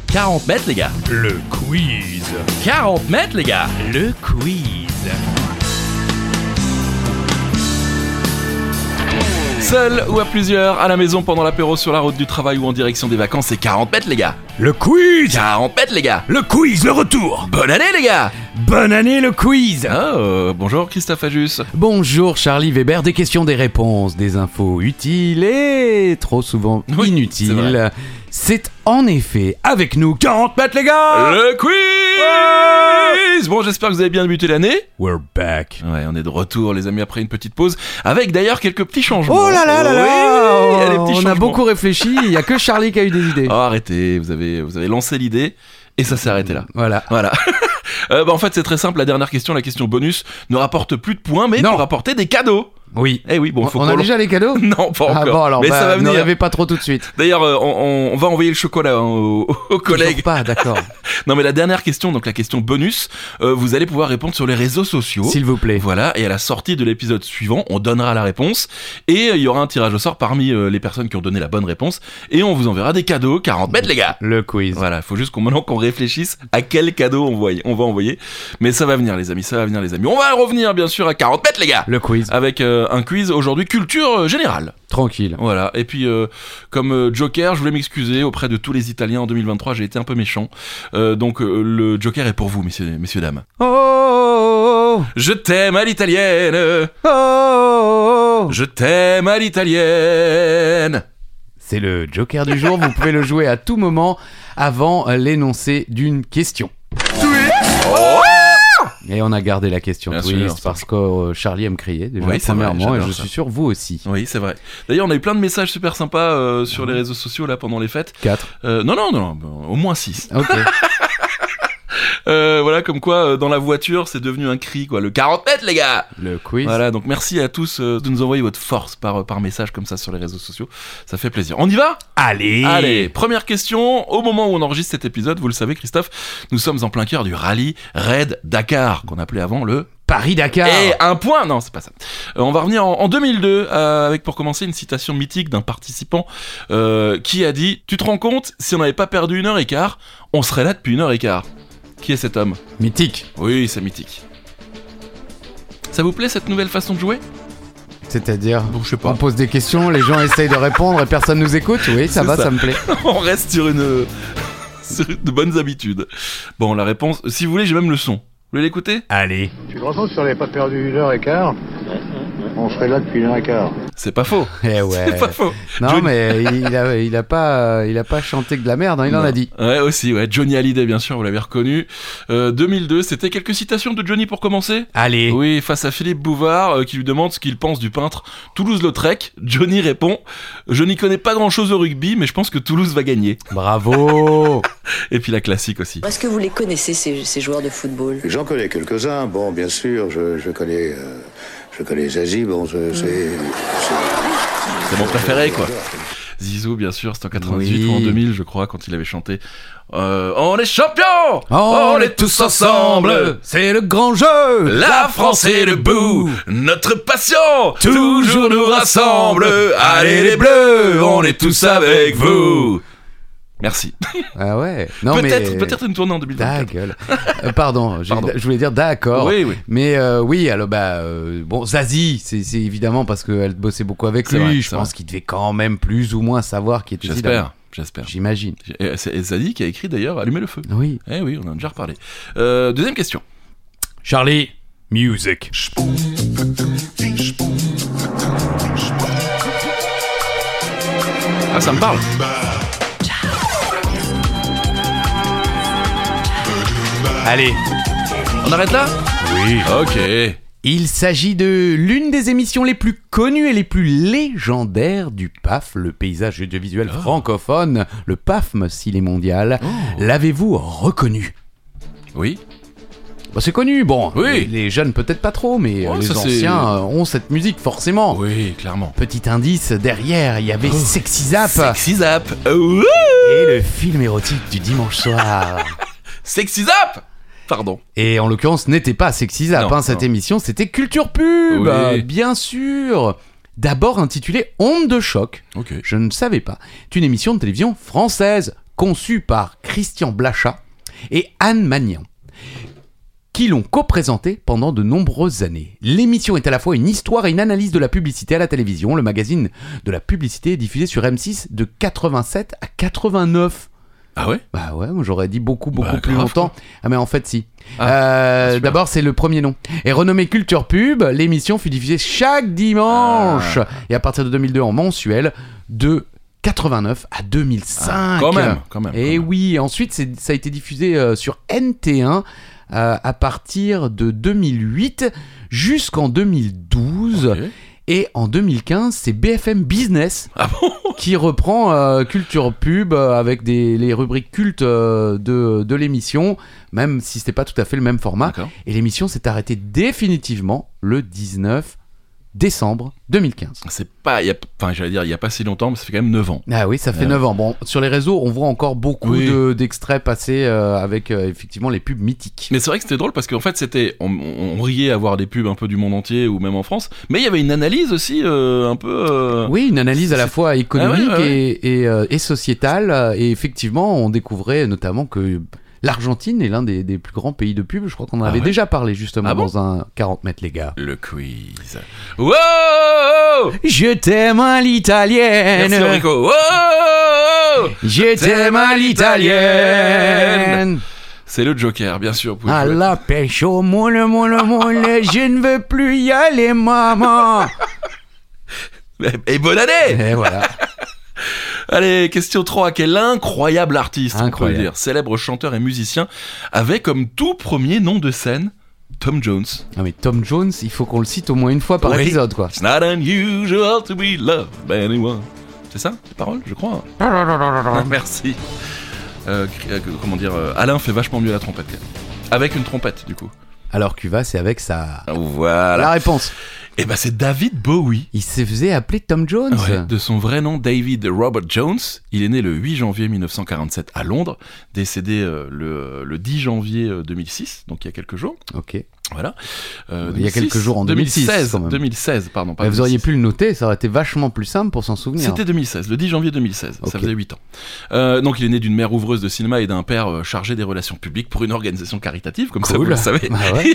40 mètres les gars. Le quiz. 40 mètres les gars. Le quiz. Seul ou à plusieurs, à la maison, pendant l'apéro, sur la route du travail ou en direction des vacances, c'est 40 mètres les gars. Le quiz. 40 mètres les gars. Le quiz, le retour. Bonne année les gars. Bonne année le quiz. Bonjour Christophe Ajus. Bonjour Charlie Weber, des questions, des réponses, des infos utiles et trop souvent Oui, inutiles. C'est en effet avec nous 40 mètres les gars. Le quiz. Bon, j'espère que vous avez bien débuté l'année. We're back. Ouais, on est de retour les amis après une petite pause, avec d'ailleurs quelques petits changements. Oh là là là là. Oui, il y a des petits On a changements. beaucoup réfléchi, il y a que Charlie qui a eu des idées. Oh, arrêtez, vous avez lancé l'idée et ça s'est arrêté là. Voilà. En fait, c'est très simple. La dernière question, la question bonus, ne rapporte plus de points, mais Non. peut rapporter des cadeaux. Oui. Eh oui, bon, faut On a déjà les cadeaux. Non, pas encore. Ah bon alors mais ça va ne venir. rêvez pas trop tout de suite. D'ailleurs, on va envoyer le chocolat aux collègues. Toujours pas, d'accord. Non, mais la dernière question, donc la question bonus, vous allez pouvoir répondre sur les réseaux sociaux. S'il vous plaît. Voilà, et à la sortie de l'épisode suivant, on donnera la réponse et il y aura un tirage au sort parmi les personnes qui ont donné la bonne réponse et on vous enverra des cadeaux. 40 mètres les gars. Le quiz. Voilà, il faut juste maintenant qu'on réfléchisse à quel cadeau on va envoyer. Mais ça va venir les amis, ça va venir les amis. On va revenir bien sûr à 40 mètres les gars. Le quiz. Avec un quiz aujourd'hui culture générale. Tranquille. Voilà, et puis comme Joker, je voulais m'excuser auprès de tous les Italiens en 2023, j'ai été un peu méchant. Donc le Joker est pour vous, messieurs dames. Oh, oh, Je t'aime à l'italienne. oh, oh, oh. Je t'aime à l'italienne. C'est le Joker du jour, vous pouvez le jouer à tout moment avant l'énoncé d'une question. Et on a gardé la question Bien twist sûr, parce que Charlie aime crier déjà Oui, c'est vrai, premièrement et j'adore je ça. suis sûr vous aussi. Oui, c'est vrai. D'ailleurs, on a eu plein de messages super sympas sur les réseaux sociaux là pendant les fêtes. 4. Non, au moins 6. Ok. Voilà, comme quoi dans la voiture, c'est devenu un cri, quoi. Le 40 mètres, les gars. Le quiz. Voilà, donc merci à tous de nous envoyer votre force par message comme ça sur les réseaux sociaux. Ça fait plaisir. On y va ? Allez, première question. Au moment où on enregistre cet épisode, vous le savez, Christophe, nous sommes en plein cœur du rallye Raid Dakar, qu'on appelait avant le Paris-Dakar. Et un point. Non, c'est pas ça. On va revenir en 2002 avec pour commencer une citation mythique d'un participant qui a dit « Tu te rends compte, si on n'avait pas perdu 1h15, on serait là depuis 1h15. » Qui est cet homme ? Mythique. Oui, c'est mythique. Ça vous plaît cette nouvelle façon de jouer ? C'est-à-dire Bon, je sais pas. on pose des questions, les gens essayent de répondre et personne nous écoute. Oui, ça C'est va, ça. ça me plaît. On reste sur de bonnes habitudes. Bon, la réponse, si vous voulez, j'ai même le son. Vous voulez l'écouter ? Allez. Tu te rends compte si on n'avait pas perdu 1h15, on serait là depuis 1h15. C'est pas faux. Eh ouais. C'est pas faux. Non Johnny- mais il a pas chanté que de la merde, hein, il en a dit. Ouais, aussi, ouais. Johnny Hallyday, bien sûr, vous l'avez reconnu. 2002, c'était quelques citations de Johnny pour commencer. Allez. Oui, face à Philippe Bouvard, qui lui demande ce qu'il pense du peintre Toulouse-Lautrec. Johnny répond « Je n'y connais pas grand-chose au rugby, mais je pense que Toulouse va gagner. Bravo. » Et puis la classique aussi. Est-ce que vous les connaissez, ces joueurs de football ? J'en connais quelques-uns, bon, bien sûr, je connais Zazie, bon, c'est C'est mon préféré, quoi. Zizou, bien sûr, c'était en 98 Oui. ou en 2000, je crois, quand il avait chanté On est champions, On est tous ensemble, c'est le grand jeu. La France est debout, notre passion toujours nous rassemble. Allez les Bleus, on est tous avec vous. Merci. Ah ouais. Non Peut-être une tournée en 2024. Ta gueule. Pardon, Pardon. je voulais dire d'accord. Oui. Mais oui, alors bon, Zazie, c'est évidemment parce qu'elle bossait beaucoup avec C'est lui. vrai, Je c'est pense qu'il devait quand même plus ou moins savoir qui était Zidane. J'espère. J'imagine. Et c'est Zadie qui a écrit d'ailleurs Allumer le feu. Oui. Eh oui, on en a déjà reparlé. Deuxième question. Charlie, music. Ah, ça me parle. Allez. On arrête là ? Oui. Ok. Il s'agit de l'une des émissions les plus connues et les plus légendaires du PAF, le paysage audiovisuel francophone, le PAFM s'il est mondial. L'avez-vous reconnu ? Oui. Bah, c'est connu, bon. Oui. Les jeunes peut-être pas trop, mais Ouais, les ça, c'est- anciens ont cette musique forcément. Oui, clairement. Petit indice, derrière, il y avait Sexy Zap Sexy Zap. Ouh. et le film érotique du dimanche soir. Sexy Zap. Pardon. Et en l'occurrence, ce n'était pas Sexy Zap, Non, cette non. émission, c'était Culture Pub, Oui. bien sûr. D'abord intitulée Onde de choc, Ok. je ne savais pas. C'est une émission de télévision française, conçue par Christian Blachat et Anne Magnan, qui l'ont co-présenté pendant de nombreuses années. L'émission est à la fois une histoire et une analyse de la publicité à la télévision. Le magazine de la publicité est diffusé sur M6 de 87 à 89. Ah ouais? Bah ouais, moi j'aurais dit beaucoup plus grave, longtemps. quoi. Ah mais en fait si. Super. D'abord c'est le premier nom. Et renommée Culture Pub, l'émission fut diffusée chaque dimanche. Et à partir de 2002 en mensuel, de 89 à 2005. Quand même. Et oui, ensuite ça a été diffusé sur NT1 à partir de 2008 jusqu'en 2012. Ok. Et en 2015, c'est BFM Business Ah bon? qui reprend Culture Pub avec les rubriques cultes de l'émission, même si c'était pas tout à fait le même format. D'accord. Et l'émission s'est arrêtée définitivement le 19 décembre 2015. C'est pas, il y a pas si longtemps, mais ça fait quand même 9 ans. Ah oui, ça fait 9 ans. Bon, sur les réseaux, on voit encore beaucoup Oui. d'extraits passer avec effectivement les pubs mythiques. Mais c'est vrai que c'était drôle parce qu'en fait on riait à voir des pubs un peu du monde entier ou même en France, mais il y avait une analyse aussi un peu. Oui, une analyse à la fois économique Ah ouais. et sociétale. Et effectivement, on découvrait notamment que l'Argentine est l'un des plus grands pays de pub. Je crois qu'on en avait ouais. déjà parlé justement Ah bon dans un 40 mètres les gars. Le quiz. Wow! Je t'aime à l'italienne. Merci Enrico. Wow! Je t'aime à l'italienne. C'est le Joker, bien sûr. vous pouvez À jouer. la pêche au moule, je ne veux plus y aller, maman. Et bonne année! Et voilà. Allez, question 3. Quel incroyable artiste, on peut Incroyable. le dire, célèbre chanteur et musicien, avait comme tout premier nom de scène Tom Jones. Ah mais Tom Jones, il faut qu'on le cite au moins une fois par Oui. épisode, quoi. It's not unusual to be loved by anyone. C'est ça, les paroles, je crois. Merci. Alain fait vachement mieux la trompette, quand même. Avec une trompette, du coup. Alors Cuva, c'est avec sa... Voilà. La réponse. Et ben c'est David Bowie. Il se faisait appeler Tom Jones. Ouais, de son vrai nom, David Robert Jones. Il est né le 8 janvier 1947 à Londres, décédé le 10 janvier 2006, donc il y a quelques jours. Ok. Voilà. Il y a quelques jours en 2006, quand même. 2016, pardon. Pas Mais vous auriez 2006. pu le noter, ça aurait été vachement plus simple pour s'en souvenir. C'était 2016, le 10 janvier 2016, Ok. ça faisait 8 ans. Donc il est né d'une mère ouvreuse de cinéma et d'un père chargé des relations publiques pour une organisation caritative, comme ça vous Cool. le savez. Bah ouais.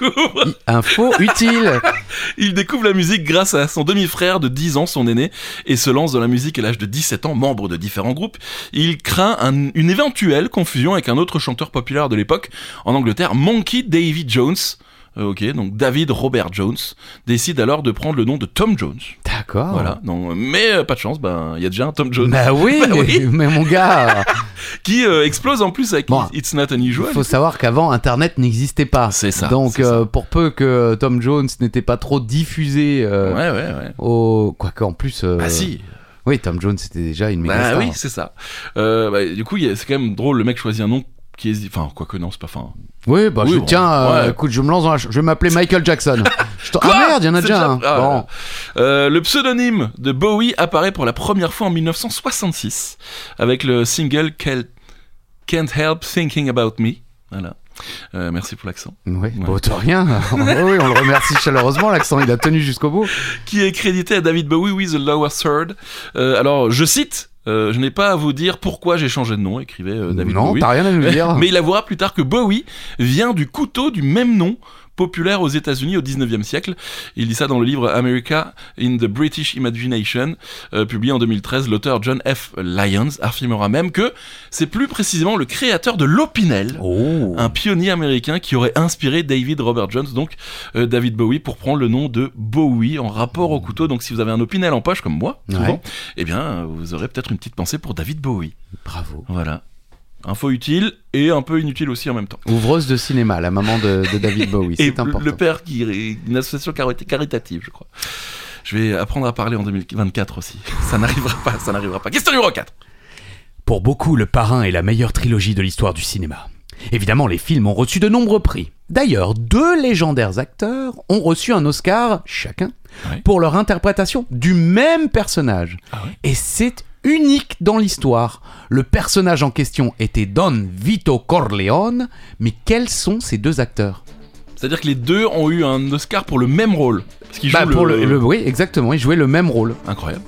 Info utile. Il découvre la musique grâce à son demi-frère de 10 ans, son aîné, et se lance dans la musique à l'âge de 17 ans, membre de différents groupes. Il craint une éventuelle confusion avec un autre chanteur populaire de l'époque, en Angleterre, Monkey David Jones. Ok, donc David Robert Jones décide alors de prendre le nom de Tom Jones. D'accord. Voilà, non, mais pas de chance, il y a déjà un Tom Jones Bah oui, Bah oui. mais mon gars, qui explose en plus avec Bon, It's Not Unusual. il faut savoir qu'avant Internet n'existait pas. C'est ça, Donc c'est ça. pour peu que Tom Jones n'était pas trop diffusé Ouais. quoique en plus... Bah si. Oui, Tom Jones c'était déjà une méga Bah star. oui, c'est ça. Du coup, c'est quand même drôle, le mec choisit un nom qui est... Enfin, quoique non, c'est pas... Enfin, Oui, bah Oui, je bon, tiens, ouais. écoute, je me lance dans je vais m'appeler Michael Jackson. Quoi Ah merde, il y en a C'est déjà un. ah, Bon. Le pseudonyme de Bowie apparaît pour la première fois en 1966 avec le single Can't Help Thinking About Me. Voilà. Merci pour l'accent. Oui, bon, de rien. Oui, on le remercie chaleureusement, l'accent, il a tenu jusqu'au bout. Qui est crédité à David Bowie with the Lower Third. Alors, je cite... je n'ai pas à vous dire pourquoi j'ai changé de nom, écrivait David Non, Bowie. t'as rien à nous dire. Mais il avouera plus tard que Bowie vient du couteau du même nom, populaire aux États-Unis au 19e siècle. Il dit ça dans le livre America in the British Imagination, publié en 2013. L'auteur John F. Lyons affirmera même que c'est plus précisément le créateur de l'Opinel, Oh. un pionnier américain qui aurait inspiré David Robert Jones, donc David Bowie, pour prendre le nom de Bowie en rapport au couteau. Donc si vous avez un Opinel en poche comme moi, souvent, Ouais. eh bien vous aurez peut-être une petite pensée pour David Bowie. Bravo. Voilà. Info utile et un peu inutile aussi en même temps. Ouvreuse de cinéma, la maman de David Bowie, Et c'est important. le père qui est une association caritative, je crois. Je vais apprendre à parler en 2024 aussi. Ça n'arrivera pas. Question numéro 4. Pour beaucoup, Le Parrain est la meilleure trilogie de l'histoire du cinéma. Évidemment, les films ont reçu de nombreux prix. D'ailleurs, 2 légendaires acteurs ont reçu un Oscar chacun Ouais. pour leur interprétation du même personnage. Ah ouais. Et c'est unique dans l'histoire. Le personnage en question était Don Vito Corleone, mais quels sont ces 2 acteurs ? C'est-à-dire que les deux ont eu un Oscar pour le même rôle. Parce qu'ils jouent Oui, exactement, ils jouaient le même rôle. Incroyable. Parce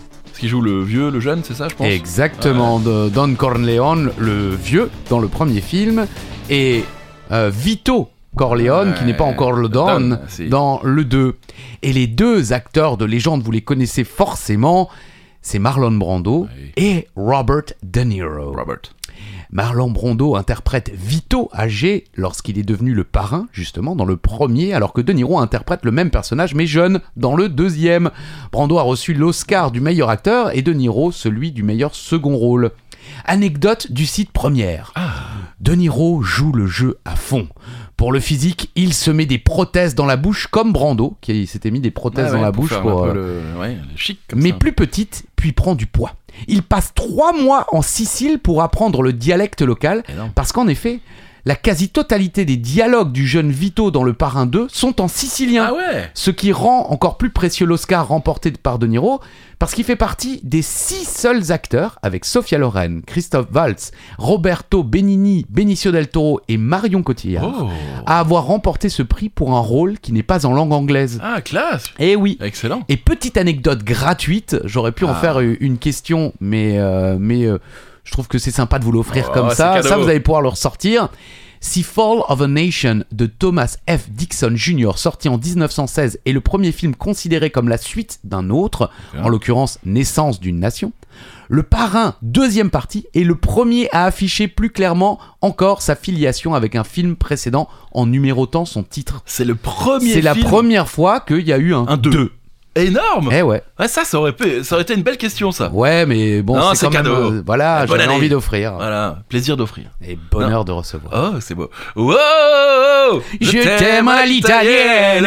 qui joue le vieux, le jeune, c'est ça, je pense. Exactement, de Don Corleone, le vieux, dans le premier film, et Vito Corleone, qui n'est pas encore le Don, dans le 2. Et les deux acteurs de légende, vous les connaissez forcément, c'est Marlon Brando et Robert De Niro. Marlon Brando interprète Vito âgé lorsqu'il est devenu le parrain, justement, dans le premier, alors que De Niro interprète le même personnage, mais jeune, dans le deuxième. Brando a reçu l'Oscar du meilleur acteur et De Niro celui du meilleur second rôle. Anecdote du site Première. De Niro joue le jeu à fond. Pour le physique, il se met des prothèses dans la bouche, comme Brando, qui s'était mis des prothèses dans la bouche pour le chic, comme mais ça. plus petite, puis prend du poids. Il passe 3 mois en Sicile pour apprendre le dialecte local, parce qu'en effet, la quasi-totalité des dialogues du jeune Vito dans Le Parrain 2 sont en sicilien. Ce qui rend encore plus précieux l'Oscar remporté par De Niro, parce qu'il fait partie des 6 seuls acteurs, avec Sophia Loren, Christophe Waltz, Roberto Benigni, Benicio del Toro et Marion Cotillard, à avoir remporté ce prix pour un rôle qui n'est pas en langue anglaise. Ah, classe! Eh oui! Excellent! Et petite anecdote gratuite, j'aurais pu en faire une question, mais je trouve que c'est sympa de vous l'offrir comme ça. Ça, vous allez pouvoir le ressortir. Si Fall of a Nation de Thomas F. Dixon Jr., sorti en 1916, est le premier film considéré comme la suite d'un autre, en l'occurrence Naissance d'une nation, Le Parrain, deuxième partie, est le premier à afficher plus clairement encore sa filiation avec un film précédent en numérotant son titre. C'est le premier C'est la première fois qu'il y a eu un 2. Énorme! Eh ouais. Ça aurait été une belle question, ça. Ouais, mais bon, non, c'est quand cadeau. même... voilà, j'avais envie d'offrir. Voilà, plaisir d'offrir. Et bonheur de recevoir. Oh, c'est beau. Wow! Je t'aime à l'italienne.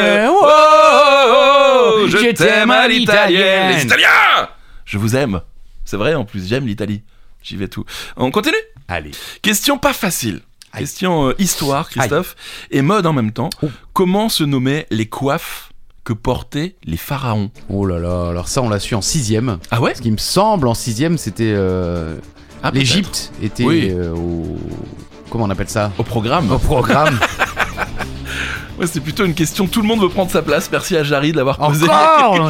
Wow! Je t'aime à l'italienne. Les Italiens! Je vous aime. C'est vrai, en plus, j'aime l'Italie. J'y vais tout. On continue? Allez. Question pas facile. Question histoire, Christophe, et mode en même temps. Comment se nommaient les coiffes que portaient les pharaons? Oh là là, alors ça on l'a su en 6ème. Ah ouais? Ce qui me semble en 6ème c'était l'Égypte était au... Comment on appelle ça? Au programme. Au programme. Ouais, c'est plutôt une question, tout le monde veut prendre sa place. Merci à Jarry de l'avoir posé. Encore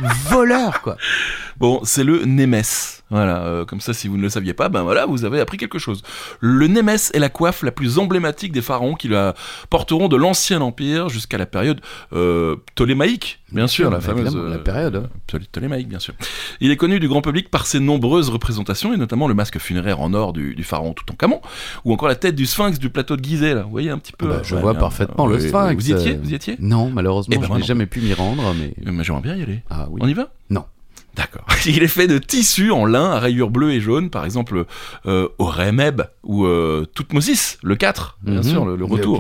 voleur quoi. Bon, c'est le Némès. Voilà, comme ça, si vous ne le saviez pas, ben voilà, vous avez appris quelque chose. Le Némès est la coiffe la plus emblématique des pharaons qui la porteront de l'Ancien Empire jusqu'à la période ptolémaïque, bien sûr, la fameuse la période. Ptolémaïque, bien sûr. Il est connu du grand public par ses nombreuses représentations, et notamment le masque funéraire en or du pharaon Toutankhamon, ou encore la tête du sphinx du plateau de Gizeh, là. Vous voyez un petit peu. Je vois parfaitement le sphinx. Vous y étiez? Non, malheureusement, je n'ai jamais pu m'y rendre, mais j'aimerais bien y aller. Ah oui. On y va? Non. D'accord. Il est fait de tissu en lin à rayures bleues et jaunes, par exemple Horemheb ou Toutmosis, le 4, bien sûr, le retour.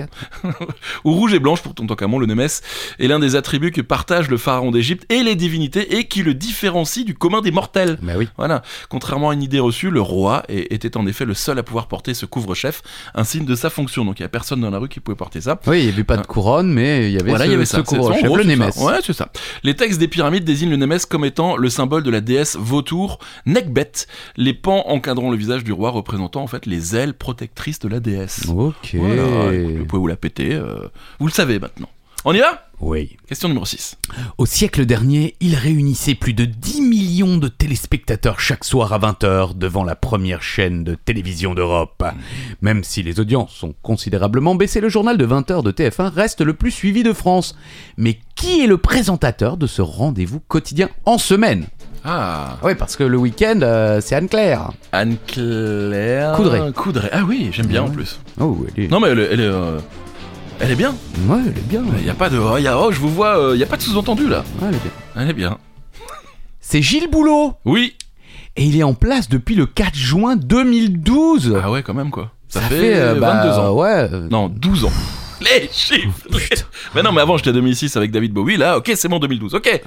Ou rouge et blanche pour Toutankhamon, le Némès est l'un des attributs que partagent le pharaon d'Égypte et les divinités et qui le différencie du commun des mortels. Bah oui. Voilà. Contrairement à une idée reçue, le roi était en effet le seul à pouvoir porter ce couvre-chef, un signe de sa fonction. Donc il n'y a personne dans la rue qui pouvait porter ça. Oui, il n'y avait pas de couronne, mais il y avait ce couvre-chef, le Némès. Ouais, c'est ça. Les textes des pyramides désignent le Némès comme étant le symbole de la déesse vautour Nekbet, les pans encadrant le visage du roi représentant en fait les ailes protectrices de la déesse. Ok. Voilà, vous pouvez vous la péter, vous le savez maintenant. On y va? Oui. Question numéro 6. Au siècle dernier, il réunissait plus de 10 millions de téléspectateurs chaque soir à 20h devant la première chaîne de télévision d'Europe. Même si les audiences sont considérablement baissées, le journal de 20h de TF1 reste le plus suivi de France. Mais qui est le présentateur de ce rendez-vous quotidien en semaine? Ah. Oui, parce que le week-end, c'est Anne-Claire. Anne-Claire Coudray. Ah oui, j'aime bien en plus. Oh, elle est... Non mais elle est bien. Ouais, elle est bien. Il y a pas de je vous vois, il y a pas de sous-entendu là. Ouais, elle est bien. Elle est bien. C'est Gilles Boulot. Oui. Et il est en place depuis le 4 juin 2012. Ah ouais, quand même quoi. Ça fait 22 ans. Ouais. Non, 12 ans. Les chiffres. Mais non, mais avant j'étais 2006 avec David Bowie. Là, ok, c'est bon 2012. Ok.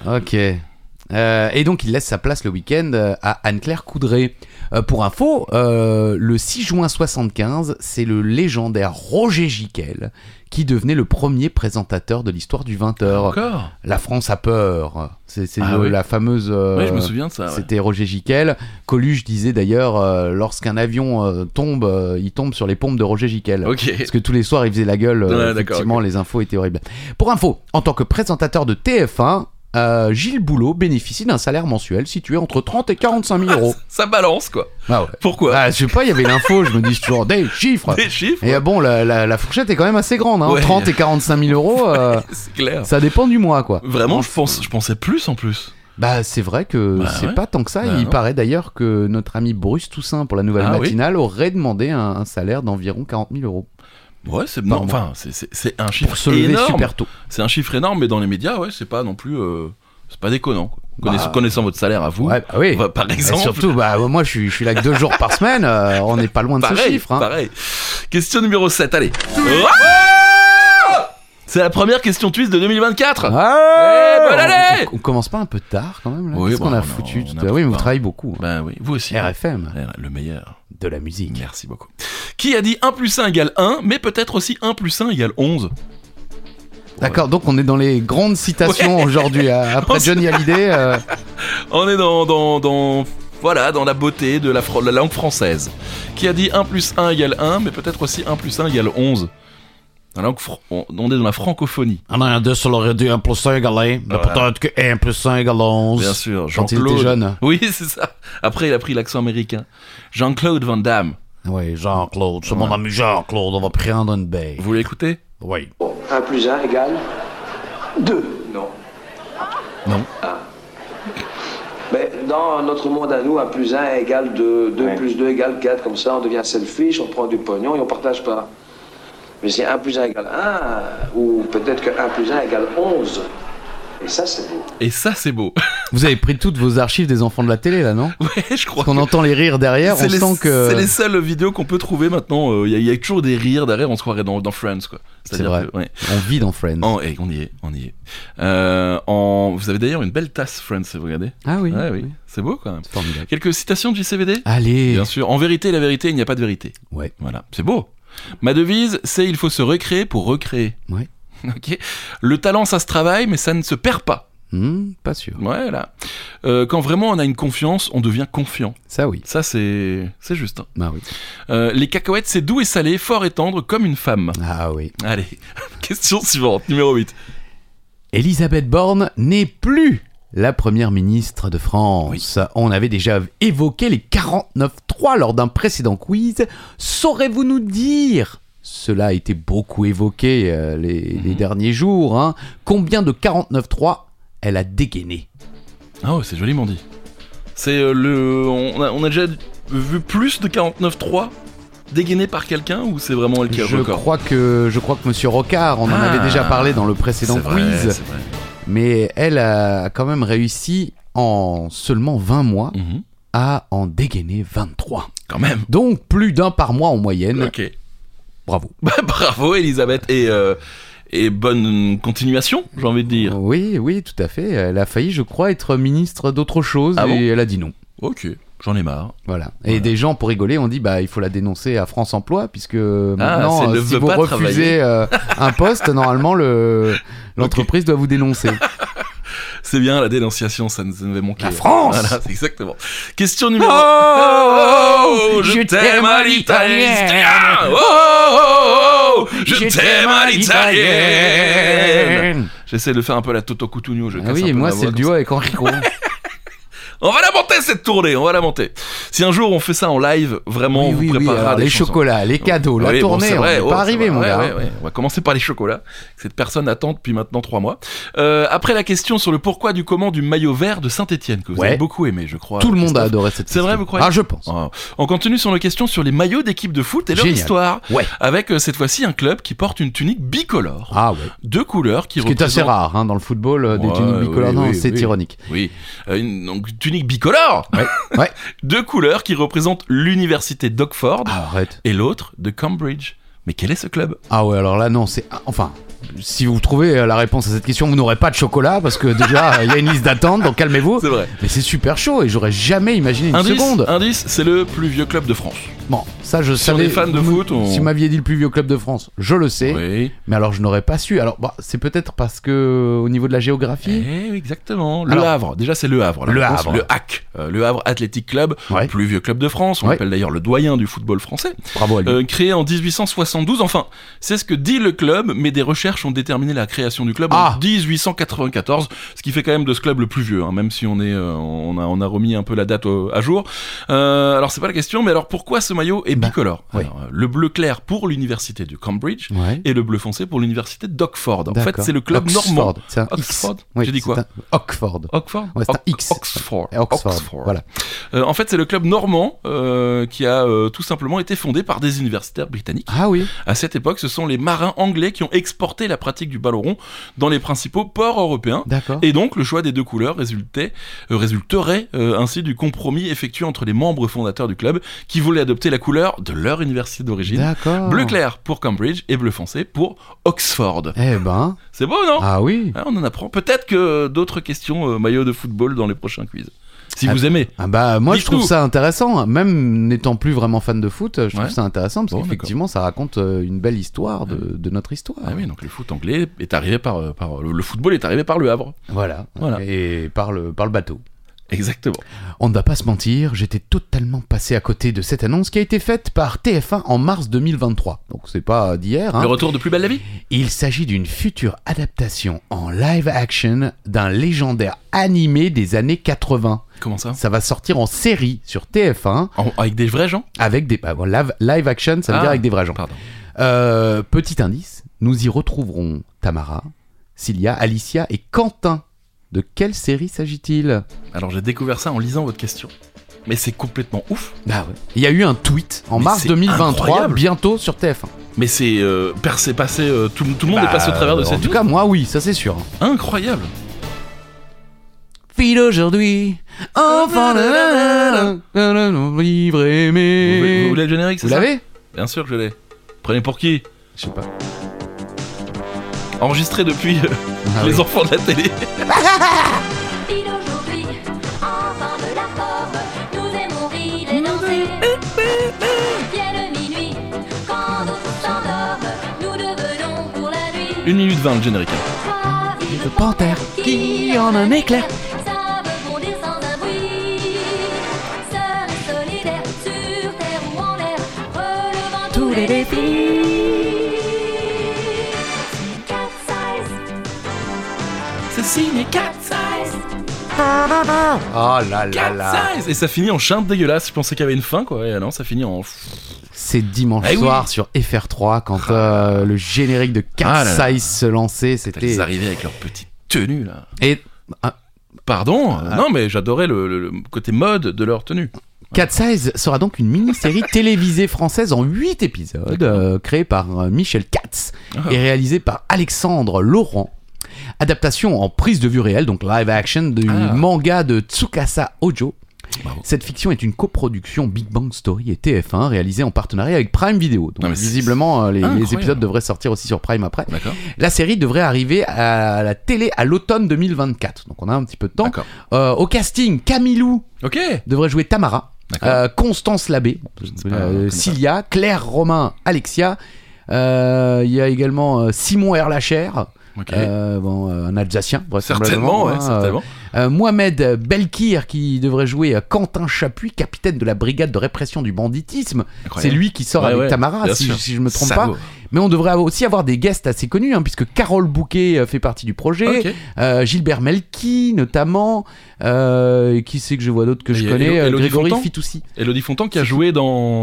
Et donc il laisse sa place le week-end à Anne-Claire Coudray. Pour info, le 6 juin 75, c'est le légendaire Roger Giquel qui devenait le premier présentateur de l'histoire du 20h. Encore ? La France a peur. C'est oui. la fameuse... oui, je me souviens de ça. Ouais. C'était Roger Giquel. Coluche disait d'ailleurs, lorsqu'un avion tombe, il tombe sur les pompes de Roger Giquel. Okay. Parce que tous les soirs, il faisait la gueule. Effectivement, les infos étaient horribles. Pour info, en tant que présentateur de TF1, Gilles Boulot bénéficie d'un salaire mensuel situé entre 30 et 45 000 euros. Ça balance, quoi. Ah ouais. Pourquoi Je sais pas, il y avait l'info, je me dis toujours des chiffres. Des chiffres. Et bon, la fourchette est quand même assez grande, hein. Ouais. 30 et 45 000 euros, C'est clair. ça dépend du mois, quoi. Vraiment, je pensais plus en plus. Bah, c'est vrai que Bah c'est ouais. pas tant que ça. Bah Il non. paraît d'ailleurs que notre ami Bruce Toussaint, pour la nouvelle Ah oui. matinale, aurait demandé un salaire d'environ 40 000 euros. Ouais, c'est Par non, mois. enfin, c'est un chiffre Pour se lever énorme. super tôt. C'est un chiffre énorme, mais dans les médias, ouais, c'est pas non plus, c'est pas déconnant, quoi. Connaissant votre salaire à vous, Ouais, bah oui. par Et exemple. surtout, moi je suis là que 2 jours par semaine, on n'est pas loin de ce Pareil, chiffre. Hein. pareil. Question numéro 7, allez. C'est la première question twist de 2024. bonne année. On commence pas un peu tard quand même là. Oui, Qu'est-ce qu'on bon, a on foutu tout a à l'heure. Oui, mais vous pas. travaillez beaucoup. Hein. Ben oui, vous aussi. RFM, Le meilleur. de la musique. Merci beaucoup. Qui a dit 1 plus 1 égale 1, mais peut-être aussi 1 plus 1 égale 11? D'accord, donc on est dans les grandes citations aujourd'hui. Après Johnny Hallyday. On est dans la beauté de la langue française. Qui a dit 1 plus 1 égale 1, mais peut-être aussi 1 plus 1 égale 11? On est dans la francophonie. Ah non, un 2 sur l'aurait dit 1 plus 1 égale 1, mais Voilà. peut-être que 1 plus 1 égale 11. Bien sûr, Quand il Jean-Claude. était jeune. Oui, c'est ça. Après, il a pris l'accent américain. Jean-Claude Van Damme. Oui, Jean-Claude, c'est mon ami Jean-Claude, on va prendre une baie. Vous l'écoutez? Oui. 1 plus 1 égale 2. Non. Non. Mais dans notre monde à nous, 1 plus 1 égale 2, 2 plus 2 égale 4, comme ça on devient selfish, on prend du pognon et on partage pas. Mais c'est 1 plus 1 égale 1, ou peut-être que 1 plus 1 égale 11. Et ça, c'est beau. Et ça, c'est beau. Vous avez pris toutes vos archives des enfants de la télé là, non? Ouais, je crois. Parce qu'on entend les rires derrière, on sent que... C'est les seules vidéos qu'on peut trouver maintenant. Il y a toujours des rires derrière, on se croirait dans Friends, quoi. C'est vrai. Que, ouais. On vit dans Friends. On y est. Vous avez d'ailleurs une belle tasse Friends, vous regardez. Ah oui. Ouais, oui. C'est beau quand même. C'est formidable. Quelques citations de JCVD? Allez. Bien sûr. En vérité, la vérité, il n'y a pas de vérité. Ouais. Voilà. C'est beau. Ma devise, c'est il faut se recréer pour recréer. Ouais. Ok. Le talent, ça se travaille, mais ça ne se perd pas. Pas sûr. Voilà. Quand vraiment on a une confiance, on devient confiant. Ça oui. Ça, c'est juste. Hein. Bah oui. Les cacahuètes, c'est doux et salé, fort et tendre comme une femme. Ah oui. Allez, question suivante, numéro 8. Elisabeth Borne n'est plus la première ministre de France. On avait déjà évoqué les 49.3 lors d'un précédent quiz. Saurez-vous nous dire, cela a été beaucoup évoqué les derniers jours, hein, combien de 49.3 elle a dégainé? Ah ouais, c'est joliment dit. C'est on a déjà vu plus de 49.3 dégainé par quelqu'un ou c'est vraiment elle qui a le Je record? crois que Monsieur Rocard, on en avait déjà parlé dans le précédent C'est vrai, quiz. c'est vrai. Mais elle a quand même réussi en seulement 20 mois Mhm. à en dégainer 23. Quand même. Donc plus d'un par mois en moyenne. Ok. Bravo. Bah, bravo Elisabeth et bonne continuation, j'ai envie de dire. Oui, oui, tout à fait. Elle a failli, je crois, être ministre d'autre chose Ah et bon elle a dit non. Ok, j'en ai marre. Voilà. Et des gens, pour rigoler, ont dit bah il faut la dénoncer à France Emploi puisque si elle maintenant, ne si veut vous pas refusez un poste, normalement l'entreprise doit vous dénoncer. C'est bien, la dénonciation, ça nous avait manqué. La France. Voilà, c'est exactement. Question numéro... Oh, je t'aime à l'italienne. Oh, je t'aime à l'italienne. J'essaie de faire un peu la Toto Cutugno. Ah oui, et moi c'est le duo avec Enrico. On va la monter cette tournée, on va la monter. Si un jour on fait ça en live, vraiment, on vous préparera alors, des les chansons. chocolats, les cadeaux, la Oui, bon, tournée, c'est vrai, on n'est pas arrivé, ça va. mon Ouais, gars. ouais. On va commencer par les chocolats, que cette personne attend depuis maintenant 3 mois. Après la question sur le pourquoi du comment du maillot vert de Saint-Etienne, que vous avez beaucoup aimé, je crois. Tout le monde a Christophe. adoré cette C'est vrai, question. vous croyez? Ah, je pense. Oh. On continue sur nos questions sur les maillots d'équipes de foot et leur Génial. histoire. Ouais. Avec cette fois-ci un club qui porte une tunique bicolore. Ah ouais. 2 couleurs qui Ce qui est assez représentent... rare hein, dans le football, des Ouais, tuniques bicolores. oui, Non, oui, c'est oui. ironique. Oui, donc tunique bicolore. Ouais. Ouais. 2 couleurs qui représentent l'université d'Oxford Ah, arrête. et l'autre de Cambridge. Mais quel est ce club? Ah ouais, alors là, non, c'est... Enfin, si vous trouvez la réponse à cette question, vous n'aurez pas de chocolat, parce que déjà, il y a une liste d'attente, donc calmez-vous. C'est vrai. Mais c'est super chaud, et j'aurais jamais imaginé une seconde. Indice, c'est le plus vieux club de France. Bon, Ça, je Sur savais. les fans de foot, Si vous m'aviez dit le plus vieux club de France, je le sais. Oui. Mais alors, je n'aurais pas su. Alors, c'est peut-être parce que au niveau de la géographie. Oui, exactement. Le Alors, Havre. Déjà, c'est Le Havre. Le réponse, Havre. Le HAC. Le Havre Athletic Club. Ouais. Plus vieux club de France. On Ouais. l'appelle d'ailleurs le doyen du football français. Bravo à lui. Créé en 1872. Enfin, c'est ce que dit le club, mais des recherches ont déterminé la création du club Ah. en 1894, ce qui fait quand même de ce club le plus vieux, hein, même si on a remis un peu la date à jour. Alors c'est pas la question, mais alors pourquoi ce maillot est bicolore? oui. Alors, le bleu clair pour l'université de Cambridge Ouais. et le bleu foncé pour l'université d'Oxford. En fait, D'accord. c'est le club Oxford. normand. C'est un Oxford. X. Oui, J'ai dit quoi? c'est un Oxford. Oxford. Ouais, c'est un X. Oxford. Oxford. Voilà. En fait, c'est le club normand qui a tout simplement été fondé par des universitaires britanniques. Ah oui. À cette époque, ce sont les marins anglais qui ont exporté la pratique du ballon rond dans les principaux ports européens. D'accord. Et donc, le choix des deux couleurs résulterait ainsi du compromis effectué entre les membres fondateurs du club qui voulaient adopter la couleur de leur université d'origine. D'accord. Bleu clair pour Cambridge et bleu foncé pour Oxford. Eh ben. C'est beau, non? Ah oui. On en apprend peut-être que d'autres questions maillots de football dans les prochains quiz. Si vous aimez. Ah bah moi je Dites-nous. trouve ça intéressant, même n'étant plus vraiment fan de foot, je trouve Ouais. ça intéressant parce Bon, qu'effectivement ça raconte une belle histoire de notre histoire. Ah oui, donc le foot anglais est arrivé le football est arrivé par le Havre. Voilà. Et par le bateau. Exactement. On ne va pas se mentir, j'étais totalement passé à côté de cette annonce qui a été faite par TF1 en mars 2023. Donc c'est pas d'hier. Hein. Le retour de Plus belle la vie. Il s'agit d'une future adaptation en live action d'un légendaire animé des années 80. Comment ça? Ça va sortir en série sur TF1 Avec des vrais gens? avec des live action, ça veut dire avec des vrais gens. Pardon. Petit indice, nous y retrouverons Tamara, Cilia, Alicia et Quentin. De quelle série s'agit-il? Alors j'ai découvert ça en lisant votre question. Mais c'est complètement ouf. Bah ouais. Il y a eu un tweet en Mais mars c'est 2023, incroyable. bientôt sur TF1. Mais c'est passé. Tout le monde est passé au travers de En cette tout cas, moi oui, ça c'est sûr. incroyable. Fille d'aujourd'hui, enfant de livre aimé. Vous voulez le générique, c'est Vous ça? l'avez? Bien sûr que je l'ai. Prenez pour qui? Je sais pas. Enregistré depuis Ah les oui. enfants de la télé. Fille d'aujourd'hui, enfant de la forme, nous aimons rire et danser. Vienne minuit, quand d'autres s'endorment, nous devenons pour la nuit. 1 minute 20 le générique. Trois vives Le panthère qui en un éclair. savent bondir sans un bruit. Sœurs et solidaires, sur terre ou en l'air, relevant tous les défis. Cat size, C'est signé Cat Size. Oh là là Cat là. Size. Et ça finit en chinte dégueulasse. Je pensais qu'il y avait une fin, quoi. Et non, ça finit en. C'est dimanche Eh oui. soir sur FR3 quand le générique de Cat Ah là là. Size se lançait. C'était. Ils arrivaient avec leur petite tenue, là. Et Pardon. Non, mais j'adorais le côté mode de leur tenue. Cat Size sera donc une mini-série télévisée française en 8 épisodes, créée par Michel Katz Ah. et réalisée par Alexandre Laurent. Adaptation en prise de vue réelle, donc live action, du Ah. manga de Tsukasa Ojo. Bravo. Cette fiction est une coproduction Big Bang Story et TF1 réalisée en partenariat avec Prime Video. Donc Non, mais c'est visiblement, les incroyable. épisodes devraient sortir aussi sur Prime après. D'accord. La série devrait arriver à la télé à l'automne 2024. Donc on a un petit peu de temps. D'accord. Au casting, Camilou Ok. devrait jouer Tamara. D'accord. Constance Labbé, Cilia, Claire Romain, Alexia. Il y a également Simon Erlacher. Ok. Un Alsacien, Certainement, ouais, certainement. Mohamed Belkir qui devrait jouer Quentin Chapuis, capitaine de la brigade de répression du banditisme. Incroyable. C'est lui qui sort Ouais, avec ouais, Tamara, bien si sûr. je me trompe Salaud. pas. Mais on devrait aussi avoir des guests assez connus, hein, puisque Carole Bouquet fait partie du projet. Ok. Gilbert Melki, notamment. Qui c'est que je vois d'autres que je Et connais Élodie Grégory Fontan Fitoussi. Elodie Fontan qui a joué dans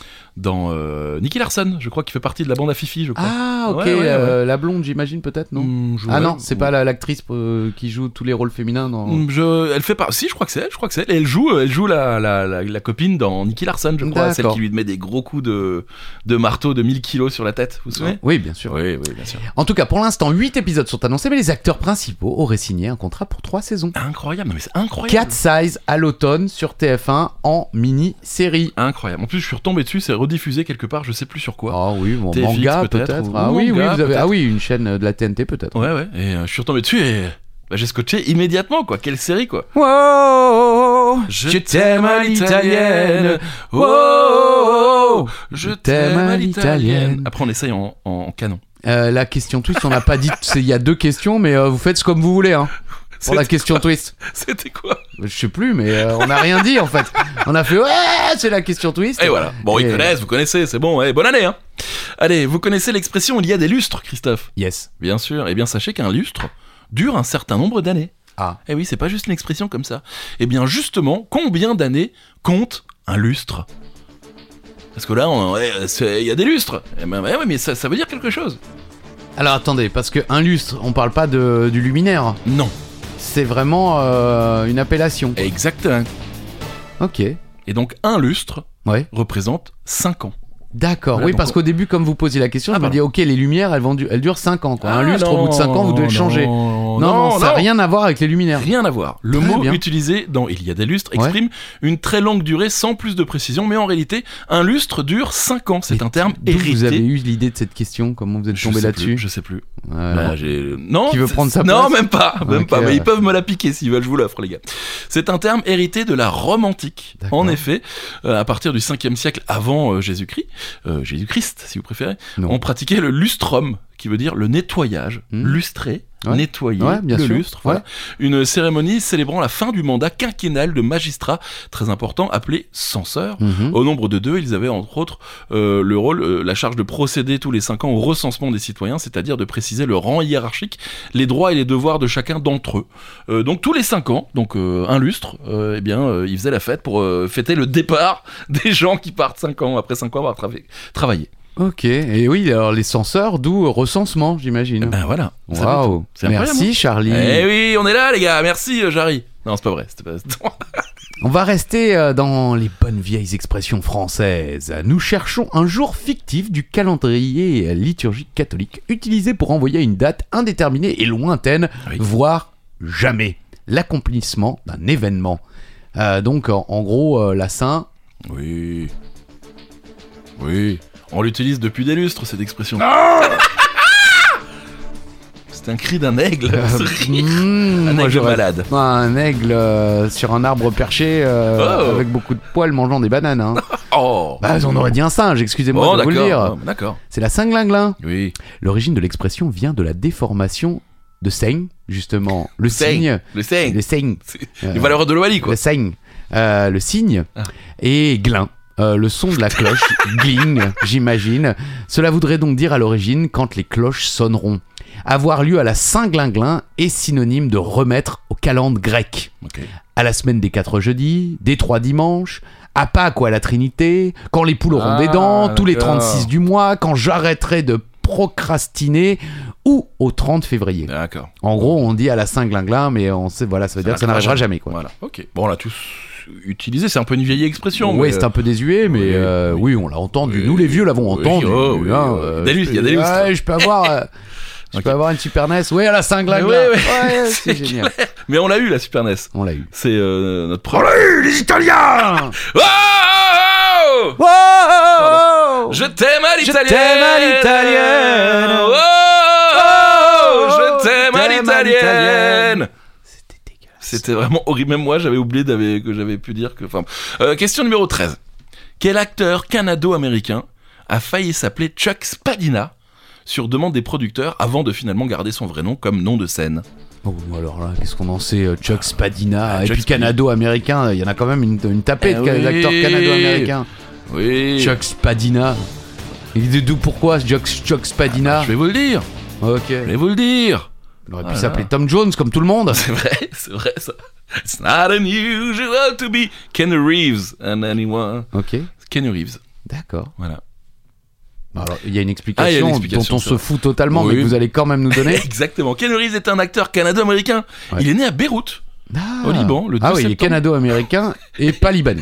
Nicky Larson, je crois qu'il fait partie de la bande à Fifi, je crois. Ah, ok, Ouais, ouais. la blonde, j'imagine, peut-être, non Je- Ah ouais. non, c'est pas l'actrice qui joue tous les rôles féminins dans... Elle fait pas. Si, je crois que c'est elle. Et elle joue la copine dans Nicky Larson, je crois, celle D'accord. qui lui met des gros coups de marteau de 1000 kilos sur la tête. Vous vous souvenez? Oui, bien sûr. Oui, bien sûr. En tout cas, pour l'instant, 8 épisodes sont annoncés, mais les acteurs principaux auraient signé un contrat pour 3 saisons. Incroyable, non mais c'est incroyable. Cat Size à l'automne sur TF1 en mini-série. Incroyable. En plus, je suis retombé dessus, c'est rediffusé quelque part, je sais plus sur quoi. Ah oui, bon, TFX manga peut-être, peut-être. ou Ah oui, manga, vous avez... peut-être. ah oui, une chaîne de la TNT peut-être. Ouais. Et je suis retombé dessus et j'ai scotché immédiatement, quoi. Quelle série, quoi. Wow, je t'aime à l'italienne. Oh, je t'aime à l'italienne. Après, on essaye en canon. La question twist, on n'a pas dit. Il y a 2 questions, mais vous faites comme vous voulez. Hein. Pour la question twist. C'était quoi? Je sais plus, mais on n'a rien dit en fait. On a fait ouais, c'est la question twist. Et voilà. Bon, ils connaissent, vous connaissez, c'est bon. Bonne année, hein. Allez, vous connaissez l'expression il y a des lustres, Christophe? Yes. Bien sûr. Eh bien, sachez qu'un lustre dure un certain nombre d'années. Ah. Eh oui, c'est pas juste une expression comme ça. Eh bien, justement, combien d'années compte un lustre? Parce que là, il y a des lustres. Eh ben, ouais, mais ça veut dire quelque chose. Alors attendez, parce qu'un lustre, on parle pas du luminaire. Non. C'est vraiment une appellation. Exactement. Ok. Et donc, un lustre représente 5 ans. D'accord, Voilà, oui, donc parce qu'au début, comme vous posiez la question, je me dis, ok, les lumières, elles durent 5 ans. Quoi. Un lustre, au bout de 5 ans, vous devez le changer. Non, ça n'a rien à voir avec les luminaires. Rien à voir. Le Très mot bien. utilisé dans Il y a des lustres exprime une très longue durée sans plus de précision, mais en réalité, un lustre dure 5 ans. C'est un terme D'où hérité. vous avez eu l'idée de cette question? Comment vous êtes tombé là-dessus? Je sais plus. Bah, Non. Qui veut prendre sa place? Non, même pas. Ok, Mais ils peuvent me la piquer s'ils veulent, je vous l'offre, les gars. C'est un terme hérité de la Rome antique. D'accord. En effet, à partir du 5e siècle avant Jésus-Christ, si vous préférez, Non. on pratiquait le lustrum, qui veut dire le nettoyage, lustrer, nettoyer bien le sûr. lustre. Voilà. Une cérémonie célébrant la fin du mandat quinquennal de magistrats très important appelé censeur. Au nombre de 2, ils avaient entre autres le rôle, la charge de procéder tous les 5 ans au recensement des citoyens, c'est-à-dire de préciser le rang hiérarchique, les droits et les devoirs de chacun d'entre eux. Donc tous les 5 ans, donc un lustre, ils faisaient la fête pour fêter le départ des gens qui partent 5 ans après 5 ans avoir travaillé. Ok, et oui, alors les censeurs, d'où recensement, j'imagine. Ben voilà. Waouh. C'est incroyable. Merci Charlie. Eh oui, on est là les gars, merci Jarry. Non, c'est pas vrai, c'était pas... On va rester dans les bonnes vieilles expressions françaises. Nous cherchons un jour fictif du calendrier liturgique catholique utilisé pour envoyer une date indéterminée et lointaine, voire jamais, l'accomplissement d'un événement. Donc en gros, la Saint... Oui. On l'utilise depuis des lustres, cette expression. C'est un cri d'un aigle. Un aigle malade. Un aigle sur un arbre perché avec beaucoup de poils mangeant des bananes. Hein. Bah, on aurait dit un singe, excusez-moi de vous le dire. D'accord. C'est la Saint-Glinglin. Oui. L'origine de l'expression vient de la déformation de seigne, justement. Le cygne. Le seigne. Le seigne. Les valeurs de l'Ovalie, quoi. Le seigne. Le cygne. Et glin. Le son de la cloche, gling, j'imagine. Cela voudrait donc dire à l'origine quand les cloches sonneront. Avoir lieu à la Saint-Glinglin est synonyme de remettre au calende grec. Okay. À la semaine des 4 jeudis, des 3 dimanches, à Pâques ou à la Trinité, quand les poules auront des dents, tous les 36 du mois, quand j'arrêterai de procrastiner, ou au 30 février. D'accord. En gros, on dit à la Saint-Glinglin, mais on sait, voilà, ça veut dire que ça n'arrivera jamais, quoi. Voilà. Ok. Bon, on l'a tous utilisé, c'est un peu une vieille expression. Oui, c'est un peu désuet, mais oui, on l'a entendu. Nous, les vieux, l'avons entendu. Il y a des lustres. Ouais, je peux avoir... Je peux avoir une Super NES. Oui, à la Saint-Glinglin. Ouais, c'est génial. Mais on l'a eu, la Super NES. On l'a eu. C'est notre premier. On l'a eu, les Italiens. Je t'aime à l'italienne. Je t'aime à l'italienne. Je t'aime à l'italienne. C'était dégueulasse. C'était vraiment horrible. Même moi, j'avais oublié que j'avais pu dire que... question numéro 13. Quel acteur canado-américain a failli s'appeler Chuck Spadina sur demande des producteurs avant de finalement garder son vrai nom comme nom de scène? Oh, alors là, qu'est-ce qu'on en sait? Chuck Spadina, et Chuck puis canado-américain, il y en a quand même une tapée d'acteurs canado-américains. Oui. Chuck Spadina. D'où pourquoi Chuck Spadina? Je vais vous le dire. Ok. Je vais vous le dire. Il aurait pu s'appeler Tom Jones comme tout le monde. C'est vrai ça. It's not unusual to be Kenny Reeves and anyone. Ok. Kenny Reeves. D'accord. Voilà. Alors, il y a une explication, dont on se fout totalement, oui, mais que vous allez quand même nous donner. Exactement. Kenny Reeves est un acteur canado-américain. Ouais. Il est né à Beyrouth, au Liban, le 2 septembre. Il est canado-américain et pas libanais.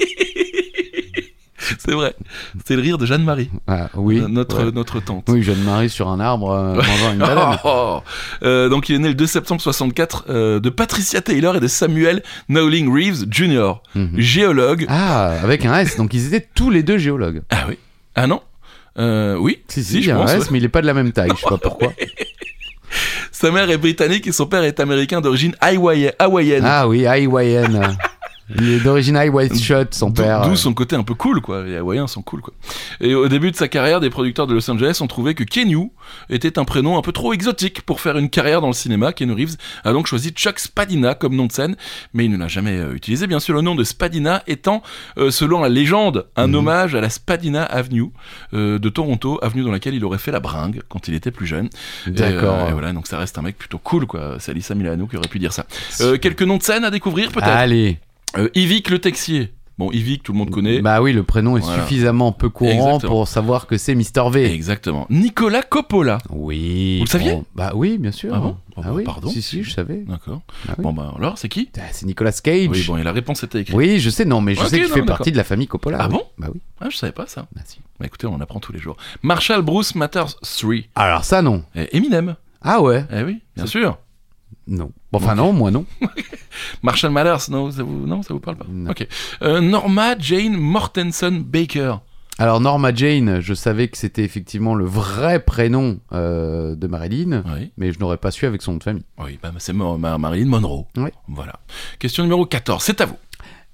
C'est vrai. C'est le rire de Jeanne-Marie. Ah, oui. Notre tante. Oui, Jeanne-Marie sur un arbre mangeant une banane. Donc il est né le 2 septembre 64 de Patricia Taylor et de Samuel Nowling Reeves Jr., géologue. Ah, avec un S, donc ils étaient tous les deux géologues. Ah oui. Ah non. Oui. Si, il y a un S, mais il est pas de la même taille, je sais pas pourquoi. Sa mère est britannique et son père est américain d'origine hawaïenne. Ah oui, hawaïenne. Il est d'origine White Shot, son père. D'où son côté un peu cool, quoi. Les Hawaïens sont cool, quoi. Et au début de sa carrière, des producteurs de Los Angeles ont trouvé que Keanu était un prénom un peu trop exotique pour faire une carrière dans le cinéma. Keanu Reeves a donc choisi Chuck Spadina comme nom de scène, mais il ne l'a jamais utilisé. Bien sûr, le nom de Spadina étant, selon la légende, un hommage à la Spadina Avenue de Toronto, avenue dans laquelle il aurait fait la bringue quand il était plus jeune. D'accord. Et voilà, donc ça reste un mec plutôt cool, quoi. C'est Alyssa Milano qui aurait pu dire ça. Quelques noms de scène à découvrir, peut-être. Allez. Yvick le Texier. Bon, Yvick, tout le monde connaît. Bah oui, le prénom est suffisamment peu courant Exactement. pour savoir que c'est Mr. V. Exactement. Nicolas Coppola. Oui. Vous le saviez ? Bah oui, bien sûr. Ah bon ? Oh, bah, oui. pardon. Si, je savais. D'accord. Ah oui. Bon, bah alors, c'est qui ? C'est Nicolas Cage. Oui, bon, et la réponse était écrite. Oui, je sais, non, mais je Ok, sais qu'il non, fait d'accord. partie de la famille Coppola. Ah oui. bon ? Bah oui. Ah, je savais pas ça. Bah si. Bah écoutez, on en apprend tous les jours. Marshall Bruce Mathers 3. Alors ça, non. Et Eminem. Ah ouais. Eh oui, bien sûr. Non. Bon, enfin non, moi non. Marshall Mathers, non, ça vous parle pas ? Non. Ok. Norma Jane Mortensen Baker. Alors Norma Jane, je savais que c'était effectivement le vrai prénom de Marilyn, Oui. mais je n'aurais pas su avec son nom de famille. Oui, bah c'est Marilyn Monroe. Oui. Voilà. Question numéro 14, c'est à vous.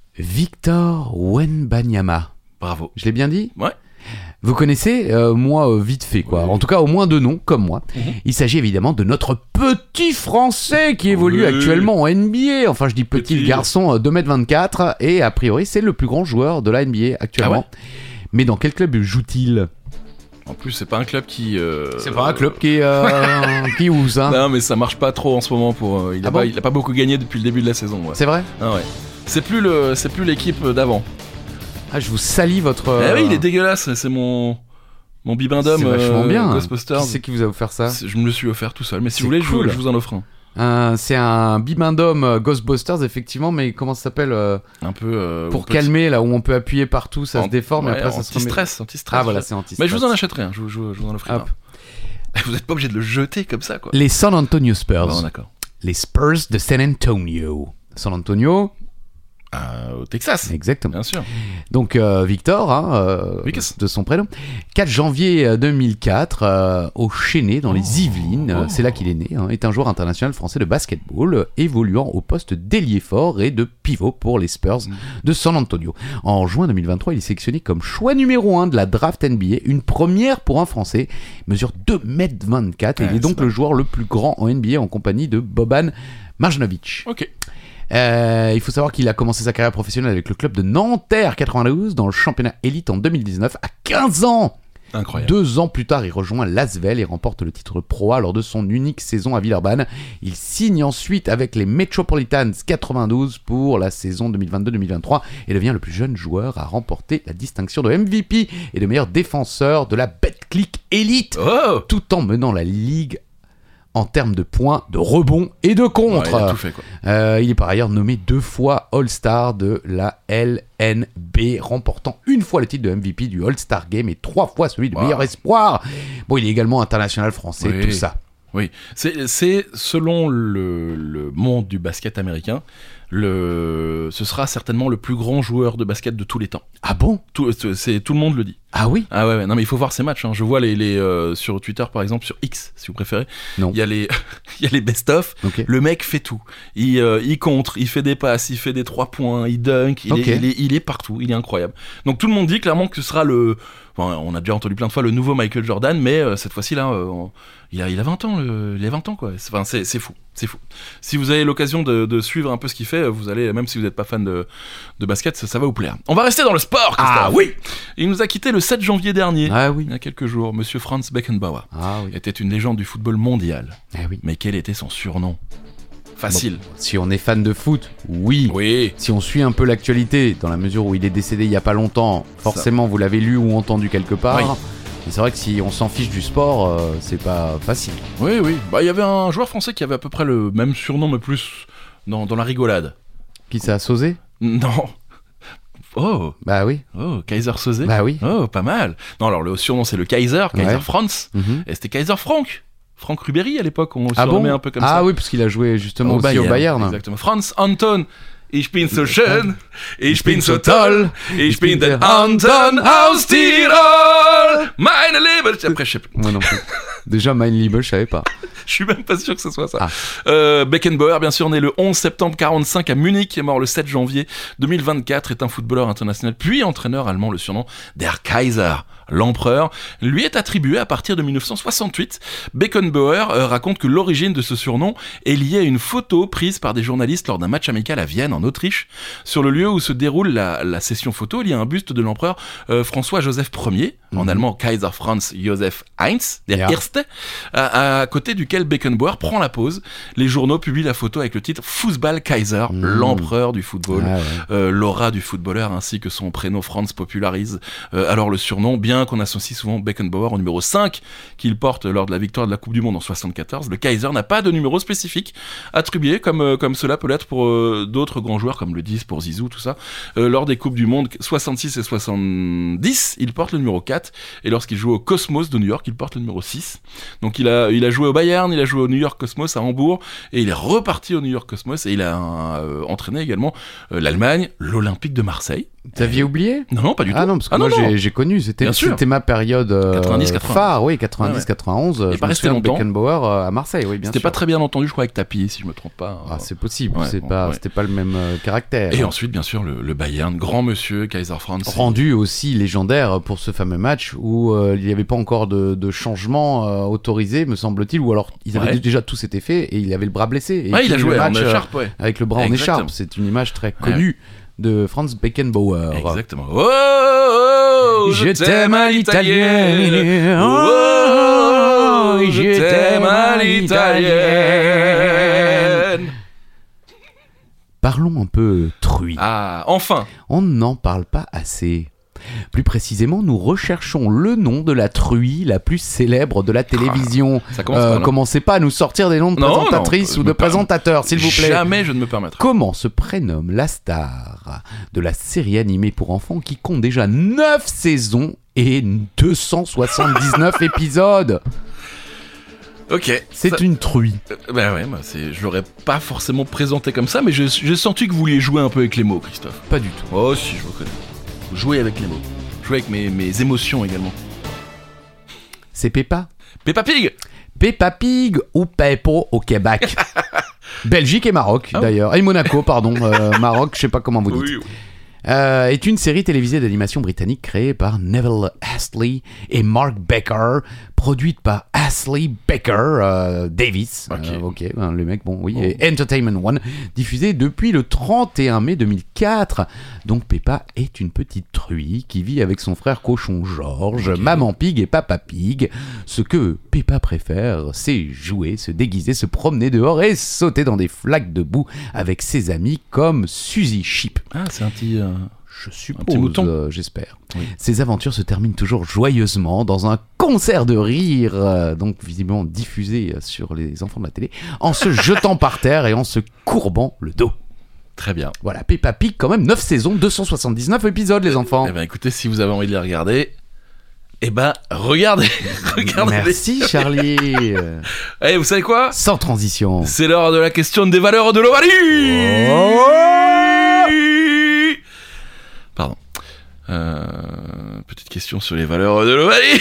Victor Wembanyama. Bravo. Je l'ai bien dit ? Ouais. Vous connaissez, moi, vite fait, quoi. Oui. En tout cas, au moins deux noms, comme moi. Il s'agit évidemment de notre petit Français qui évolue Oui. actuellement en NBA. Enfin, je dis petit, Petit. le garçon, 2m24. Et a priori, c'est le plus grand joueur de la NBA actuellement. Ah Mais dans quel club joue-t-il ? En plus, c'est pas un club qui. C'est pas un club qui ouse, hein. Non, mais ça marche pas trop en ce moment pour. Il a Ah bon pas beaucoup gagné depuis le début de la saison. Ouais. C'est vrai ? Ah ouais. C'est plus l'équipe d'avant. Ah, je vous salis votre... Eh oui, il est dégueulasse. C'est mon bibendum C'est vachement bien. Ghostbusters. Qui c'est qui vous a offert ça ? Je me le suis offert tout seul. Mais si C'est vous voulez, cool. je vous en offre un. C'est un bibendum Ghostbusters, effectivement, mais comment ça s'appelle Un peu. pour calmer, là où on peut appuyer partout, ça se déforme et après ça se remet. Anti-stress. Ah voilà, c'est anti-stress. Mais je vous en achèterai un. Je vous en offrirai Hop. un. Vous êtes pas obligé de le jeter comme ça, quoi. Les San Antonio Spurs. Bon, d'accord. Les Spurs de San Antonio. San Antonio, Au Texas. exactement. Bien sûr. Donc Victor, Vicus. de son prénom. 4 janvier 2004, au Chénet, dans les Yvelines, c'est là qu'il est né, est un joueur international français de basketball, évoluant au poste d'ailier fort et de pivot pour les Spurs de San Antonio. En juin 2023, il est sélectionné comme choix numéro 1 de la draft NBA, une première pour un Français. Il mesure 2m24 et il est donc le joueur le plus grand en NBA en compagnie de Boban Marjanovic. Ok. Il faut savoir qu'il a commencé sa carrière professionnelle avec le club de Nanterre 92 dans le championnat élite en 2019 à 15 ans. Incroyable. 2 ans plus tard, il rejoint l'Asvel et remporte le titre Pro A lors de son unique saison à Villeurbanne. Il signe ensuite avec les Metropolitans 92 pour la saison 2022-2023 et devient le plus jeune joueur à remporter la distinction de MVP et de meilleur défenseur de la Betclic Elite, Oh tout en menant la ligue en termes de points, de rebonds et de contre. Ouais, il a tout fait, quoi. Il est par ailleurs nommé 2 fois All-Star de la LNB, remportant 1 fois le titre de MVP du All-Star Game et 3 fois celui de meilleur espoir. Bon, il est également international français, Oui. tout ça. Oui, c'est selon le monde du basket américain, ce sera certainement le plus grand joueur de basket de tous les temps. Ah bon ? Tout le monde le dit. Ah oui ? Ah ouais, non mais il faut voir ces matchs. Je vois les sur Twitter par exemple, sur X si vous préférez. Non. Il y a les il y a les best-of. Ok. Le mec fait tout. Il contre, il fait des passes, il fait des 3 points, il dunk, il est partout. Il est incroyable. Donc tout le monde dit clairement que ce sera on a déjà entendu plein de fois le nouveau Michael Jordan, mais cette fois-ci là, il a 20 ans. Il a 20 ans quoi. C'est fou. C'est fou. Si vous avez l'occasion de suivre un peu ce qu'il fait, vous allez, même si vous n'êtes pas fan de basket, ça va vous plaire. On va rester dans le sport, Christophe. Ah oui ! Il nous a quitté le 7 janvier dernier. Ah oui. Il y a quelques jours. Monsieur Franz Beckenbauer Ah oui. était une légende du football mondial. Ah oui. Mais quel était son surnom ? Facile. Bon, si on est fan de foot, oui. Oui. Si on suit un peu l'actualité, dans la mesure où il est décédé il y a pas longtemps, forcément vous l'avez lu ou entendu quelque part. Oui. Mais c'est vrai que si on s'en fiche du sport, c'est pas facile. Oui, oui. Bah, il y avait un joueur français qui avait à peu près le même surnom, mais plus dans la rigolade. Qui ça a sausé ? Non. Oh, Bah oui. oh, Kaiser Soze. Bah oui. Oh, pas mal. Non, alors le surnom c'est le Kaiser Ouais. Franz. Mhm. Et c'était Kaiser Frank. Franck Ribéry à l'époque, on le Ah surnommait bon ? un peu comme ça. Ah oui, parce qu'il a joué justement aussi au Bayern. Exactement. Franz Anton. Ich bin so schön, ich bin so toll, ich bin der Anton aus Tirol. Meine Libel. Après, je sais plus. Moi non plus. Déjà, Mein Liebe, je savais pas. Je suis même pas sûr que ce soit ça. Beckenbauer, bien sûr, né le 11 septembre 45 à Munich, est mort le 7 janvier 2024, est un footballeur international, puis entraîneur allemand. Le surnom Der Kaiser, l'empereur, lui est attribué à partir de 1968. Beckenbauer raconte que l'origine de ce surnom est liée à une photo prise par des journalistes lors d'un match amical à Vienne, en Autriche. Sur le lieu où se déroule la session photo, il y a un buste de l'empereur François-Joseph Ier, en allemand Kaiser Franz Joseph I, der Erste, à côté duquel Beckenbauer prend la pose. Les journaux publient la photo avec le titre Fußball Kaiser, l'empereur du football. L'aura du footballeur ainsi que son prénom Franz popularise alors le surnom, bien qu'on associe souvent Beckenbauer au numéro 5 qu'il porte lors de la victoire de la Coupe du Monde en 74. Le Kaiser n'a pas de numéro spécifique attribué comme cela peut l'être pour d'autres grands joueurs comme le 10 pour Zizou, tout ça. Lors des Coupes du Monde 66 et 70, il porte le numéro 4 et lorsqu'il joue au Cosmos de New York, il porte le numéro 6. Donc il a joué au Bayern, il a joué au New York Cosmos à Hambourg et il est reparti au New York Cosmos et il a entraîné également l'Allemagne, l'Olympique de Marseille. T'aviez oublié ? Non, pas du tout. Ah non, parce que moi j'ai connu, c'était ma période 90-80. phare, oui, 90-91. Et pas resté longtemps. Beckenbauer à Marseille, oui, bien sûr. C'était pas très bien entendu, je crois, avec Tapie, si je me trompe pas. Ah, c'est possible, c'était pas le même caractère. Et ensuite, bien sûr, le Bayern, grand monsieur, Kaiser Franz. Rendu aussi légendaire pour ce fameux match où il n'y avait pas encore de changement autorisé, me semble-t-il, ou alors ils avaient déjà tout s'était fait et il avait le bras blessé. Et il a joué en écharpe, avec le bras en écharpe. C'est une image très connue de Franz Beckenbauer. Exactement. Oh, je t'aime à l'italienne. Oh, je t'aime à l'italienne. Parlons un peu truie. Ah, enfin. On n'en parle pas assez. Plus précisément, nous recherchons le nom de la truie la plus célèbre de la télévision. Ça commence mal, commencez pas à nous sortir des noms de présentatrices ou de présentateurs, s'il vous plaît. Jamais je ne me permettrai. Comment se prénomme la star de la série animée pour enfants qui compte déjà 9 saisons et 279 épisodes ? Ok. C'est une truie. Je l'aurais pas forcément présenté comme ça, mais j'ai senti que vous vouliez jouer un peu avec les mots, Christophe. Pas du tout. Oh si, je reconnais. Jouer avec les mots. Jouer avec mes émotions également. C'est Peppa. Peppa Pig. Peppa Pig ou Peppo au Québec. Belgique et Maroc d'ailleurs. Et Monaco, pardon. Maroc, je sais pas comment vous dites. Oui. Est une série télévisée d'animation britannique créée par Neville Astley et Mark Becker, produite par Astley Becker Davis, le mec, et Entertainment One, diffusée depuis le 31 mai 2004. Donc Peppa est une petite truie qui vit avec son frère cochon George, Maman Pig et Papa Pig. Ce que Peppa préfère, c'est jouer, se déguiser, se promener dehors et sauter dans des flaques de boue avec ses amis comme Suzy Sheep. Ah, c'est un petit... Je suppose, j'espère. Oui. Ces aventures se terminent toujours joyeusement dans un concert de rire, donc visiblement diffusé sur les enfants de la télé, en se jetant par terre et en se courbant le dos. Très bien. Voilà, Peppa Pig, quand même 9 saisons, 279 épisodes, les enfants. Eh ben écoutez, si vous avez envie de les regarder, regardez. Merci Charlie. Vous savez quoi ? Sans transition. C'est l'heure de la question des valeurs de l'Ovalie. Pardon. Petite question sur les valeurs de l'Ovalie.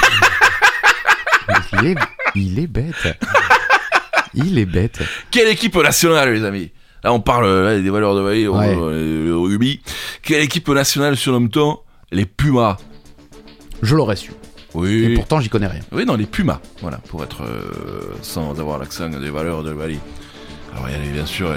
Il est bête. Quelle équipe nationale, les amis ? Là, on parle des valeurs de l'Ovalie au rugby. Quelle équipe nationale surnomme-t-on les Pumas ? Je l'aurais su. Oui. Et pourtant, j'y connais rien. Oui, non, les Pumas. Voilà, pour être sans avoir l'accent des valeurs de l'Ovalie. Alors, il y a bien sûr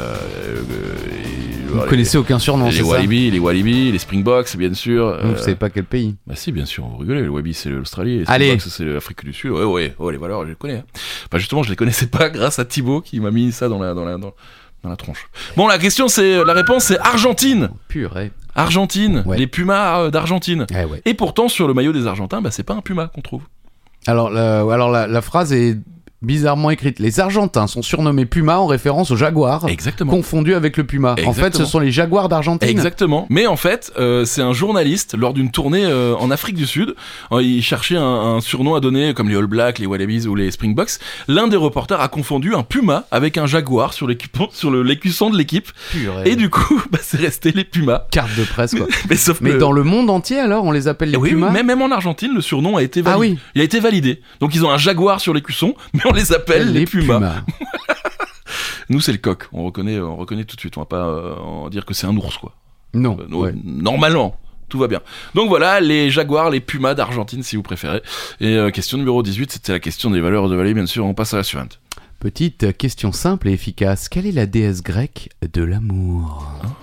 vous connaissez aucun surnom, c'est ça ? Les Walibi, les Springboks, bien sûr. Vous savez pas quel pays ? Bah si, bien sûr, vous rigolez. Les Walibi, c'est l'Australie. Les Springboks, c'est l'Afrique du Sud. Ouais, les valeurs, je les connais. Justement, je les connaissais pas grâce à Thibaut qui m'a mis ça dans la tronche. Bon, la réponse, c'est Argentine. Purée. Argentine, les Pumas d'Argentine. Ouais. Et pourtant, sur le maillot des Argentins, c'est pas un Puma qu'on trouve. Alors la phrase est bizarrement écrite. Les Argentins sont surnommés Puma en référence aux jaguars, Exactement. confondus avec le Puma. En fait, Exactement. ce sont les jaguars d'Argentine. Exactement. Mais en fait, c'est un journaliste lors d'une tournée en Afrique du Sud. Il cherchait un surnom à donner, comme les All Blacks, les Wallabies ou les Springboks. L'un des reporters a confondu un puma avec un jaguar sur l'écusson de l'équipe. Purée. Et du coup, c'est resté les Pumas. Carte de presse, quoi. Mais sauf Mais que... dans le monde entier, alors, on les appelle les Oui, Pumas. même en Argentine, le surnom a été validé. Ah oui. Il a été validé. Donc ils ont un jaguar sur l'écusson, mais on les appelle les Pumas. Nous, c'est le coq. On reconnaît tout de suite. On va pas en dire que c'est un ours, quoi. Non. Ouais. Normalement, tout va bien. Donc voilà, les jaguars, les pumas d'Argentine, si vous préférez. Et question numéro 18, c'était la question des valeurs de vallée, bien sûr. On passe à la suivante. Petite question simple et efficace. Quelle est la déesse grecque de l'amour?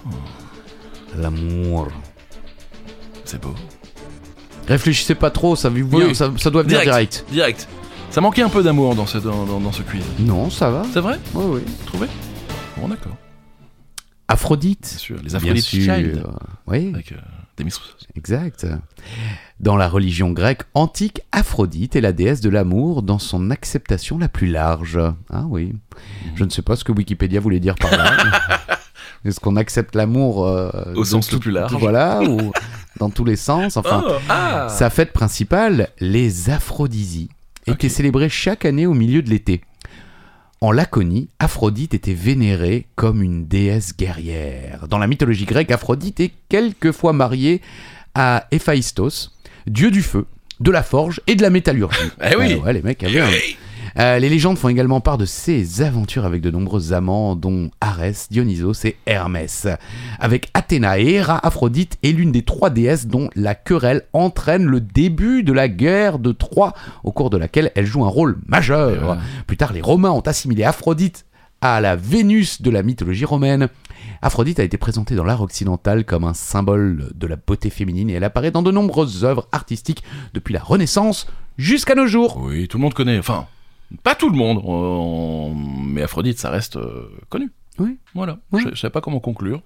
L'amour. C'est beau. Réfléchissez pas trop, ça doit venir direct. Ça manquait un peu d'amour dans ce quiz. Non, ça va. C'est vrai? Oui. Trouvé? Bon, d'accord. Aphrodite. Bien sûr, les Aphrodite Bien sûr. Child. Oui, Avec Demis Roussos. exact. Dans la religion grecque antique, Aphrodite est la déesse de l'amour dans son acceptation la plus large. Ah oui. Je ne sais pas ce que Wikipédia voulait dire par là. Est-ce qu'on accepte l'amour Au sens le plus large. Voilà, ou dans tous les sens. Enfin, sa fête principale, les Aphrodisies, était célébrée chaque année au milieu de l'été. En Laconie, Aphrodite était vénérée comme une déesse guerrière. Dans la mythologie grecque, Aphrodite est quelquefois mariée à Héphaïstos, dieu du feu, de la forge et de la métallurgie. Eh oui. Ouais, les mecs avaient les légendes font également part de ses aventures avec de nombreux amants, dont Arès, Dionysos et Hermès. Avec Athéna et Héra, Aphrodite est l'une des 3 déesses dont la querelle entraîne le début de la guerre de Troie, au cours de laquelle elle joue un rôle majeur. Plus tard, les Romains ont assimilé Aphrodite à la Vénus de la mythologie romaine. Aphrodite a été présentée dans l'art occidental comme un symbole de la beauté féminine et elle apparaît dans de nombreuses œuvres artistiques depuis la Renaissance jusqu'à nos jours. Oui, tout le monde connaît. Enfin, pas tout le monde, mais Aphrodite, ça reste connu. Oui. Voilà. Oui. Je sais pas comment conclure.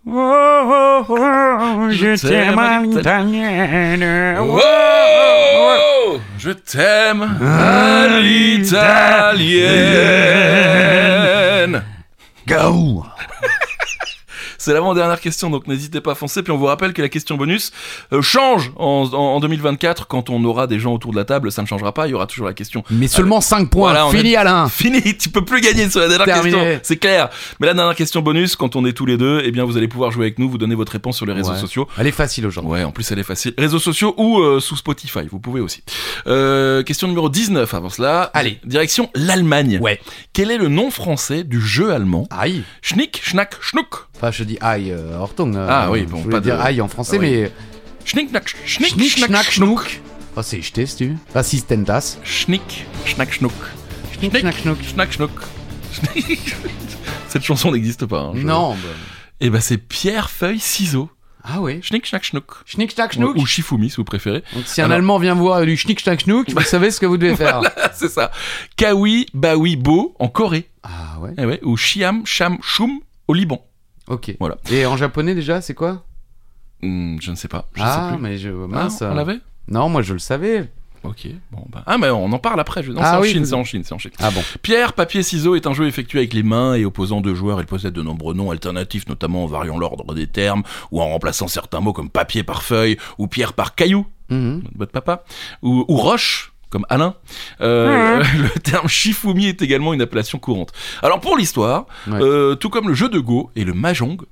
Je t'aime à l'italienne. Je t'aime à l'italienne. Go. C'est l'avant-dernière question, donc n'hésitez pas à foncer. Puis on vous rappelle que la question bonus change en 2024 quand on aura des gens autour de la table. Ça ne changera pas, il y aura toujours la question. Mais seulement 5 points, Voilà, fini Alain. Fini, tu peux plus gagner sur la dernière Terminé. question, c'est clair. Mais la dernière question bonus, quand on est tous les deux, eh bien vous allez pouvoir jouer avec nous, vous donner votre réponse sur les réseaux sociaux. Elle est facile aujourd'hui. Ouais, en plus elle est facile. Réseaux sociaux ou sous Spotify, vous pouvez aussi. Question numéro 19 avant cela. Allez. Direction l'Allemagne. Ouais. Quel est le nom français du jeu allemand? Aïe. Schnick, Schnack, Schnuck. Enfin, je dis aïe, Horton. Ah oui, bon, je voulais pas dire de- aïe en français, Ah oui. mais. Schnick, Schnack, Schnick, Schnick, Schnack, schnack, Schnuck. schnuck. Oh, c'est jeté, si tu veux. Assistentas. Schnick, Schnack, Schnuck. Schnick, schnack, schnuck. Schnack, Schnuck. Cette chanson n'existe pas. Hein, Non. Et bah c'est pierre, feuille, ciseaux. Ah oui. Schnick, Schnack, Schnuck. Schnick, schnack, schnuck. Ou Shifumi si vous préférez. Donc, si un Alors- Allemand vient voir du schnick, schnack, schnuck, vous savez ce que vous devez faire. C'est ça. Kawi, Bawi, Bo en Corée. Ah ouais. Eh ouais. Ou Shiam, Sham, Shum au Liban. Ok. Voilà. Et en japonais déjà, c'est quoi? Je ne sais pas. Je sais Ah, plus. mais je. Ah, Mince. on l'avait? Non, moi je le savais. Ok. Bon bah. Ah mais on en parle après. Non, Ah c'est en oui, Chine, vous- c'est en Chine, c'est en Chine. Ah bon. Pierre, papier, ciseaux est un jeu effectué avec les mains et opposant 2 joueurs. Il possède de nombreux noms alternatifs, notamment en variant l'ordre des termes ou en remplaçant certains mots comme papier par feuille ou pierre par caillou. Mhm. Votre papa. Ou roche, comme Alain. Le terme Shifumi est également une appellation courante. Alors pour l'histoire, Ouais. tout comme le jeu de Go et le Mahjong,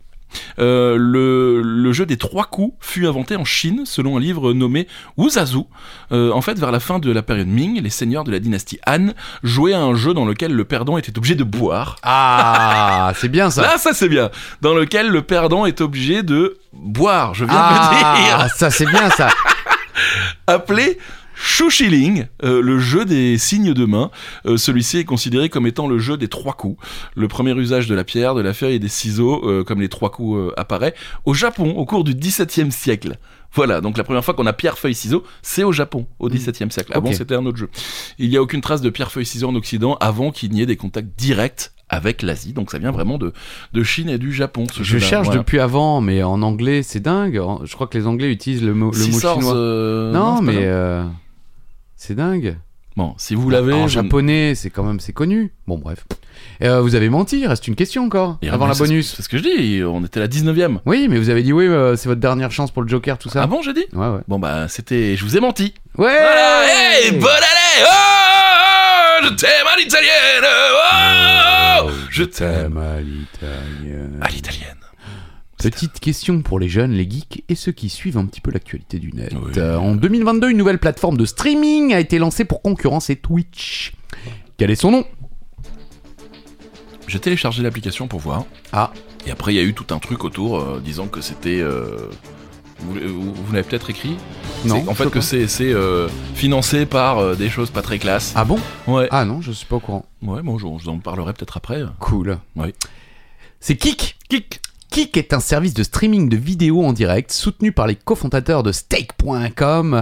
le jeu des 3 coups fut inventé en Chine selon un livre nommé Wuzazu. En fait, vers la fin de la période Ming, les seigneurs de la dynastie Han jouaient à un jeu dans lequel le perdant était obligé de boire. Ah, c'est bien ça. Là, ça c'est bien. Dans lequel le perdant est obligé de boire. Je viens de le dire. Ah, ça c'est bien ça. Appelé Shushilling, le jeu des signes de main. Celui-ci est considéré comme étant le jeu des 3 coups. Le premier usage de la pierre, de la feuille et des ciseaux, comme les 3 coups apparaît, au Japon, au cours du XVIIe siècle. Voilà, donc la première fois qu'on a pierre, feuille, ciseaux, c'est au Japon, au XVIIe siècle. Avant, Ok. c'était un autre jeu. Il n'y a aucune trace de pierre, feuille, ciseaux en Occident avant qu'il n'y ait des contacts directs avec l'Asie. Donc ça vient vraiment de Chine et du Japon. Ce Je jeu-là. cherche Voilà. depuis avant, mais en anglais c'est dingue. Je crois que les Anglais utilisent le mot Scissors, chinois. non, Non, c'est pas mais ça. c'est dingue. Bon, si vous l'avez... En vous- japonais, c'est connu. Bon, bref. Vous avez menti, il reste une question encore, Et avant la c'est ce- bonus. C'est ce que je dis, on était à la 19ème. Oui, mais vous avez dit oui, c'est votre dernière chance pour le Joker, tout ça. Ah bon, j'ai dit Ouais. Bon bah, c'était... Je vous ai menti. Ouais. Voilà, hey, bonne année. Je t'aime à l'italienne. Je t'aime à l'italienne. à l'italienne. Petite question pour les jeunes, les geeks et ceux qui suivent un petit peu l'actualité du net. Oui. En 2022, une nouvelle plateforme de streaming a été lancée pour concurrencer Twitch. Quel est son nom? J'ai téléchargé l'application pour voir. Ah. Et après, il y a eu tout un truc autour disant que c'était... Vous l'avez peut-être écrit? Non. En fait, que c'est financé par des choses pas très classe. Ah bon? Ouais. Ah non, je suis pas au courant. Ouais, bon, je vous en parlerai peut-être après. Cool. Oui. C'est Kik. Kick. Kik est un service de streaming de vidéos en direct soutenu par les cofondateurs de Stake.com,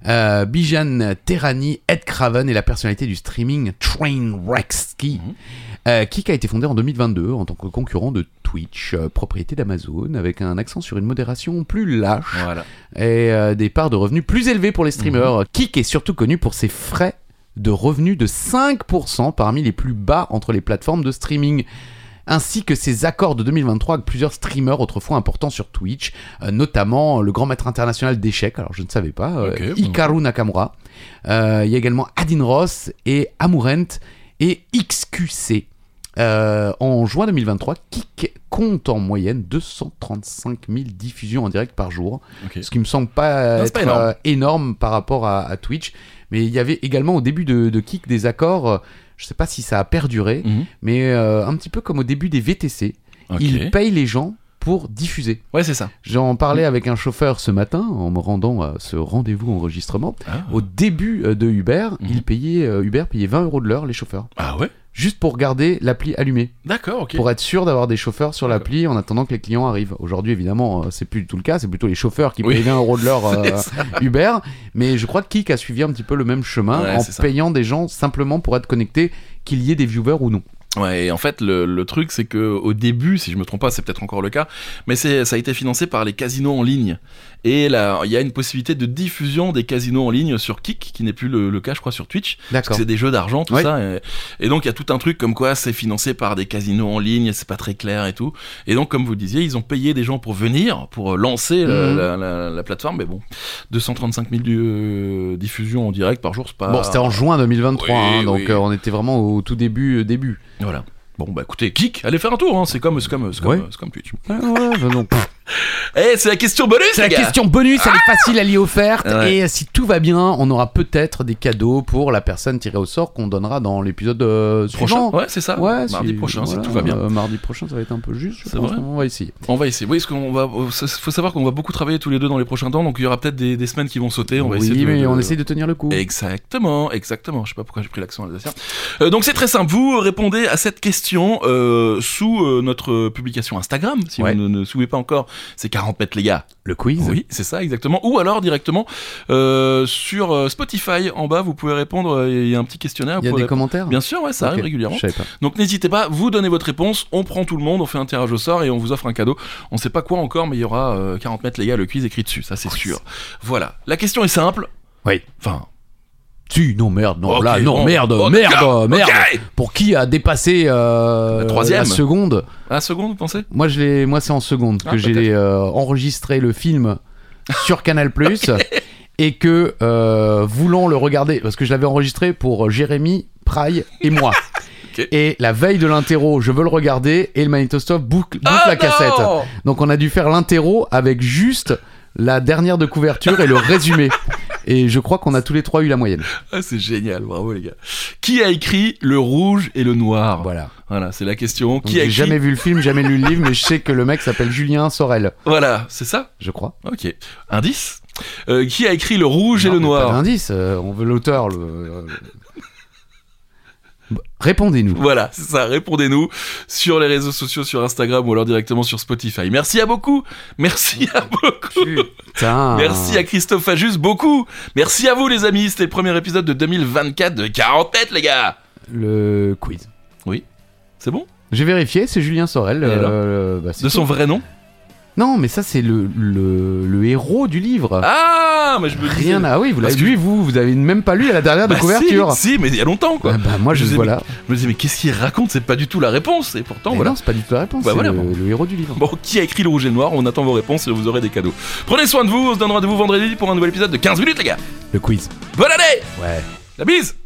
Bijan Terrani, Ed Craven et la personnalité du streaming Trainwreck. Kik a été fondé en 2022 en tant que concurrent de Twitch, propriété d'Amazon, avec un accent sur une modération plus lâche Voilà. et des parts de revenus plus élevées pour les streamers. Kik est surtout connu pour ses frais de revenus de 5% parmi les plus bas entre les plateformes de streaming, ainsi que ses accords de 2023 avec plusieurs streamers autrefois importants sur Twitch, notamment le grand maître international d'échecs, alors je ne savais pas, Ok, Hikaru Nakamura. Il y a également Adin Ross et Amurent et XQC. En juin 2023, Kik compte en moyenne 235 000 diffusions en direct par jour, Ok. ce qui me semble pas Non, c'est être pas énorme. énorme par rapport à Twitch. Mais il y avait également au début de Kik des accords, je sais pas si ça a perduré, mais un petit peu comme au début des VTC, Ok. ils payent les gens pour diffuser. Ouais, c'est ça. J'en parlais avec un chauffeur ce matin en me rendant à ce rendez-vous enregistrement. Ah, Au début de Uber, Uber payait 20 € de l'heure les chauffeurs, Ah ouais. juste pour garder l'appli allumée. D'accord, ok. Pour être sûr d'avoir des chauffeurs sur l'appli en attendant que les clients arrivent. Aujourd'hui, évidemment, c'est plus du tout le cas, c'est plutôt les chauffeurs qui Oui. payent 20 € de l'heure C'est ça. Uber. Mais je crois que Kik a suivi un petit peu le même chemin Ouais, en c'est ça. payant des gens simplement pour être connectés, qu'il y ait des viewers ou non. Ouais, et en fait, le truc, c'est que au début, si je me trompe pas, c'est peut-être encore le cas, mais ça a été financé par les casinos en ligne. Et là, il y a une possibilité de diffusion des casinos en ligne sur Kik, qui n'est plus le cas, je crois, sur Twitch. Parce que D'accord. c'est des jeux d'argent, tout Ouais. ça. Et donc, il y a tout un truc comme quoi c'est financé par des casinos en ligne, c'est pas très clair et tout. Et donc, comme vous le disiez, ils ont payé des gens pour venir, pour lancer la plateforme. Mais bon, 235 000 diffusions en direct par jour, c'est pas... Bon, c'était en juin 2023, Oui, hein, donc oui. On était vraiment au tout début. Voilà. Bon, bah écoutez, Kik, allez faire un tour, hein. c'est comme Twitch. Donc, Eh, c'est la question bonus, c'est la les gars. question bonus, elle est facile, elle est offerte. Ouais. Et si tout va bien, on aura peut-être des cadeaux pour la personne tirée au sort qu'on donnera dans l'épisode Prochain, suivant. ouais, c'est ça. Ouais, Mardi prochain, voilà, si tout va bien. Mardi prochain, ça va être un peu juste. Je C'est pense vrai. qu'on va essayer. On va essayer. Oui, parce qu'on va. Faut savoir qu'on va beaucoup travailler tous les deux dans les prochains temps, donc il y aura peut-être des semaines qui vont sauter. On va essayer Oui, de. mais on essaie de tenir le coup. Exactement. Je sais pas pourquoi j'ai pris l'accent alsacien. Donc c'est très simple. Vous répondez à cette question sous notre publication Instagram. Si Ouais. vous ne suivez pas encore, c'est 40 mètres les gars. Le quiz. Oui, c'est ça exactement. Ou alors directement sur Spotify en bas, vous pouvez répondre. Il y a un petit questionnaire. Il y a vous des pouvez commentaires. Bien sûr, ouais, ça Ok, arrive régulièrement. Je savais pas. Donc n'hésitez pas, vous donnez votre réponse, on prend tout le monde, on fait un tirage au sort et on vous offre un cadeau. On sait pas quoi encore, mais il y aura 40 mètres les gars, le quiz écrit dessus, ça c'est sûr. Voilà, la question est simple. Oui. Enfin, Si, non, merde, non, ok, là, non, bon, merde, oh, merde, d'accord, merde. ok. Pour qui a dépassé troisième. la seconde? à la seconde, vous pensez? Moi, c'est en seconde Ah, que j'ai enregistré le film sur Canal+, et que, voulant le regarder, parce que je l'avais enregistré pour Jérémy, Praille et moi. Ok. Et la veille de l'interro, je veux le regarder, et le magnétostop boucle Ah, la non cassette. Donc on a dû faire l'interro avec juste la dernière de couverture et le résumé. Et je crois qu'on a tous les trois eu la moyenne. Ah, c'est génial, bravo les gars. Qui a écrit Le Rouge et le Noir? Voilà. Voilà, c'est la question. Donc, Qui a j'ai écrit... jamais vu le film, jamais lu le livre, mais je sais que le mec s'appelle Julien Sorel, Voilà, c'est ça? je crois. Ok. Indice? Qui a écrit Le Rouge et Non, le mais Noir? Pas d'indice, on veut l'auteur. Répondez-nous. Voilà, c'est ça, répondez-nous sur les réseaux sociaux, sur Instagram ou alors directement sur Spotify. Merci à beaucoup. Merci à beaucoup. Putain. Merci à Christophe Ajus, beaucoup. Merci à vous les amis, c'était le premier épisode de 2024 de 40 têtes les gars. Le quiz. C'est bon? J'ai vérifié, c'est Julien Sorel. Et alors bah, c'est De son tout. vrai nom? Non, mais ça c'est le héros du livre. Ah, mais je me disais... Rien à... Oui, vous l'avez Parce que- lu, vous avez même pas lu à la dernière de couverture. Si, mais il y a longtemps, quoi. Ah bah moi je me disais, voilà. Je me disais, mais qu'est-ce qu'il raconte? C'est pas du tout la réponse. Et pourtant, Mais voilà. non, c'est pas du tout la réponse, Bah c'est voilà, le, bon. le héros du livre. Bon, qui a écrit Le Rouge et le Noir? On attend vos réponses et vous aurez des cadeaux. Prenez soin de vous, on se donne rendez-vous vendredi pour un nouvel épisode de 15 minutes, les gars. Le quiz. Bonne année! Ouais. La bise!